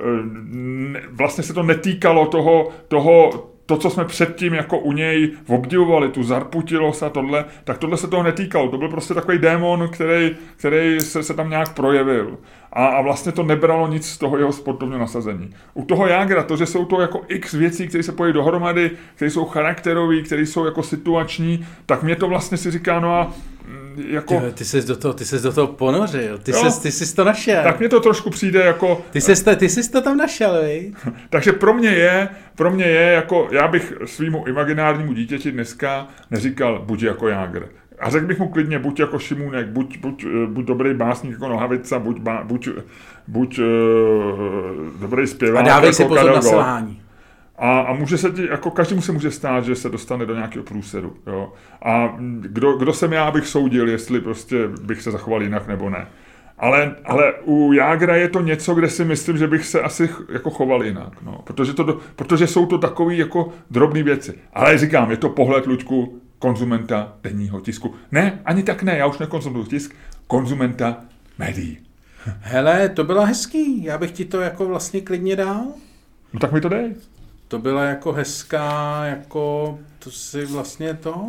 Vlastně se to netýkalo to, co jsme předtím jako u něj obdivovali, tu zarputilost a tohle, tak tohle se toho netýkalo. To byl prostě takový démon, který se tam nějak projevil. A vlastně to nebralo nic z toho jeho sportovního nasazení. U toho Jágra, to, že jsou to jako x věcí, které se pojí dohromady, které jsou charakterové, které jsou jako situační, tak mě to vlastně si říká, no a jako...
Ty ses do toho ponořil, ty jsi to našel.
Tak mě to trošku přijde jako...
Ty jsi to tam našel, vej?
Takže pro mě je jako, já bych svýmu imaginárnímu dítěti dneska neříkal, buď jako Jágr. A řekl bych mu klidně, buď jako Šimůnek, buď dobrý básník jako Nohavica, buď dobrý zpěvák.
A dávej
jako
si pozor na selhání.
A může se ti, jako každému se může stát, že se dostane do nějakého průseru. Jo? A kdo jsem já, abych soudil, jestli prostě bych se zachoval jinak nebo ne. Ale u Jágra je to něco, kde si myslím, že bych se asi jako choval jinak. No. Protože jsou to takové jako drobné věci. Ale říkám, je to pohled, Luďku, konzumenta denního tisku. Ne, ani tak ne, já už nekonzumuju tisk, konzumenta médií.
Hele, to bylo hezký, já bych ti to jako vlastně klidně dal.
No tak mi to dej.
To byla jako hezká, jako, to si vlastně to...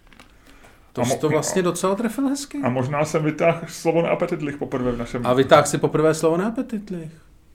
To jsi to vlastně docela trefil hezky.
A možná jsem vytáhl slovo neapetitlich poprvé v našem...
A vytáhl si poprvé slovo neapetitlich.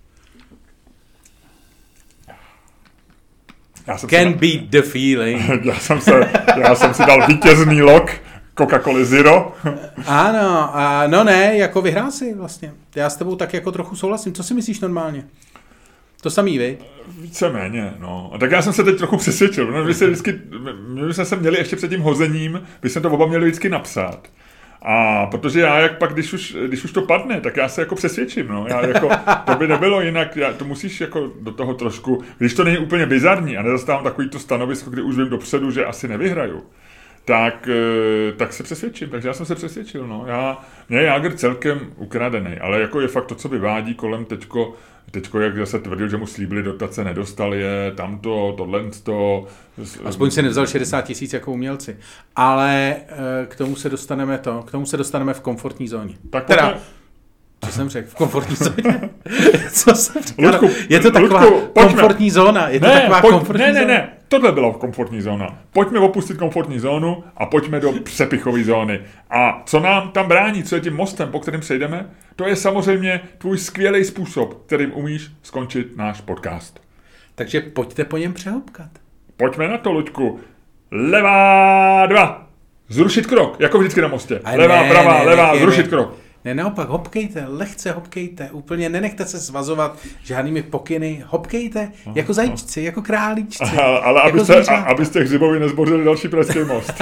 Can beat the feeling.
Já jsem si dal vítězný log Coca-Cola Zero.
Ano, no ne, jako vyhrál si vlastně. Já s tebou tak jako trochu souhlasím. Co si myslíš normálně? To samý, vy?
Víceméně, no. A tak já jsem se teď trochu přesvědčil. No, my jsme se měli ještě před tím hozením, by jsme to oba měli vždycky napsat. A protože já, jak pak, když už to padne, tak já se jako přesvědčím, no. Já jako, to by nebylo jinak, to musíš jako do toho trošku, když to není úplně bizarní a nezastávám takový to stanovisko, kdy už vím dopředu, že asi nevyhraju, tak se přesvědčím. Takže já jsem se přesvědčil, no. Mě je Jágr celkem ukradený, ale jako je fakt to, co vyvádí kolem teďko, jak zase tvrdil, že mu slíbili dotace, nedostal je, tohle.
Aspoň se nevzal 60 000 jako umělci. Ale k tomu se dostaneme v komfortní zóně. Tak co jsem řekl? V komfortní zóně? Co jsem řekl?
Luďku,
je to taková komfortní zóna.
Ne. Tohle byla komfortní zóna. Pojďme opustit komfortní zónu a pojďme do přepichové zóny. A co nám tam brání, co je tím mostem, po kterým přejdeme, to je samozřejmě tvůj skvělý způsob, kterým umíš skončit náš podcast.
Takže pojďte po něm přehopkat.
Pojďme na to, Luďku. Levá 2. Zrušit krok, jako vždycky na mostě. Levá, pravá, levá, zrušit krok.
Ne, naopak, hopkejte, lehce hopkejte, úplně nenechte se svazovat žádnými pokyny, hopkejte, jako zajíčci, jako králíčci.
Ale jako abyste Hřibovi nezbořili další pražský most.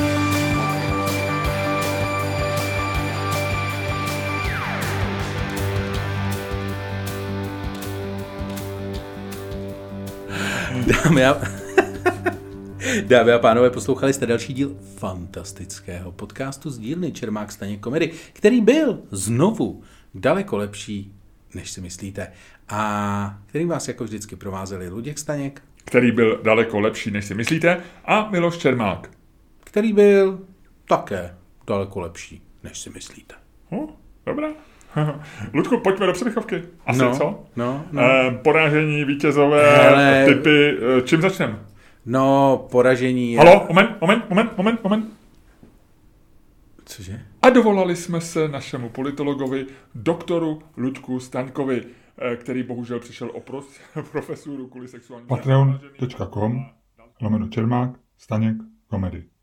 Dámy a pánové, poslouchali jste další díl fantastického podcastu z dílny Čermák Staněk Komedy, který byl znovu daleko lepší, než si myslíte. A kterým vás jako vždycky provázeli Luděk Staněk.
Který byl daleko lepší, než si myslíte. A Miloš Čermák.
Který byl také daleko lepší, než si myslíte.
Dobrá. Ludku, pojďme do přepichovky. Asi co?
No.
Porážení, vítězové, typy. Čím začneme?
No, poražení...
Halo, moment.
Cože?
A dovolali jsme se našemu politologovi, doktoru Luďku Staňkovi, který bohužel přišel o profesuru kvůli sexuální...
Patreon.com/Čermák Staněk Komedy.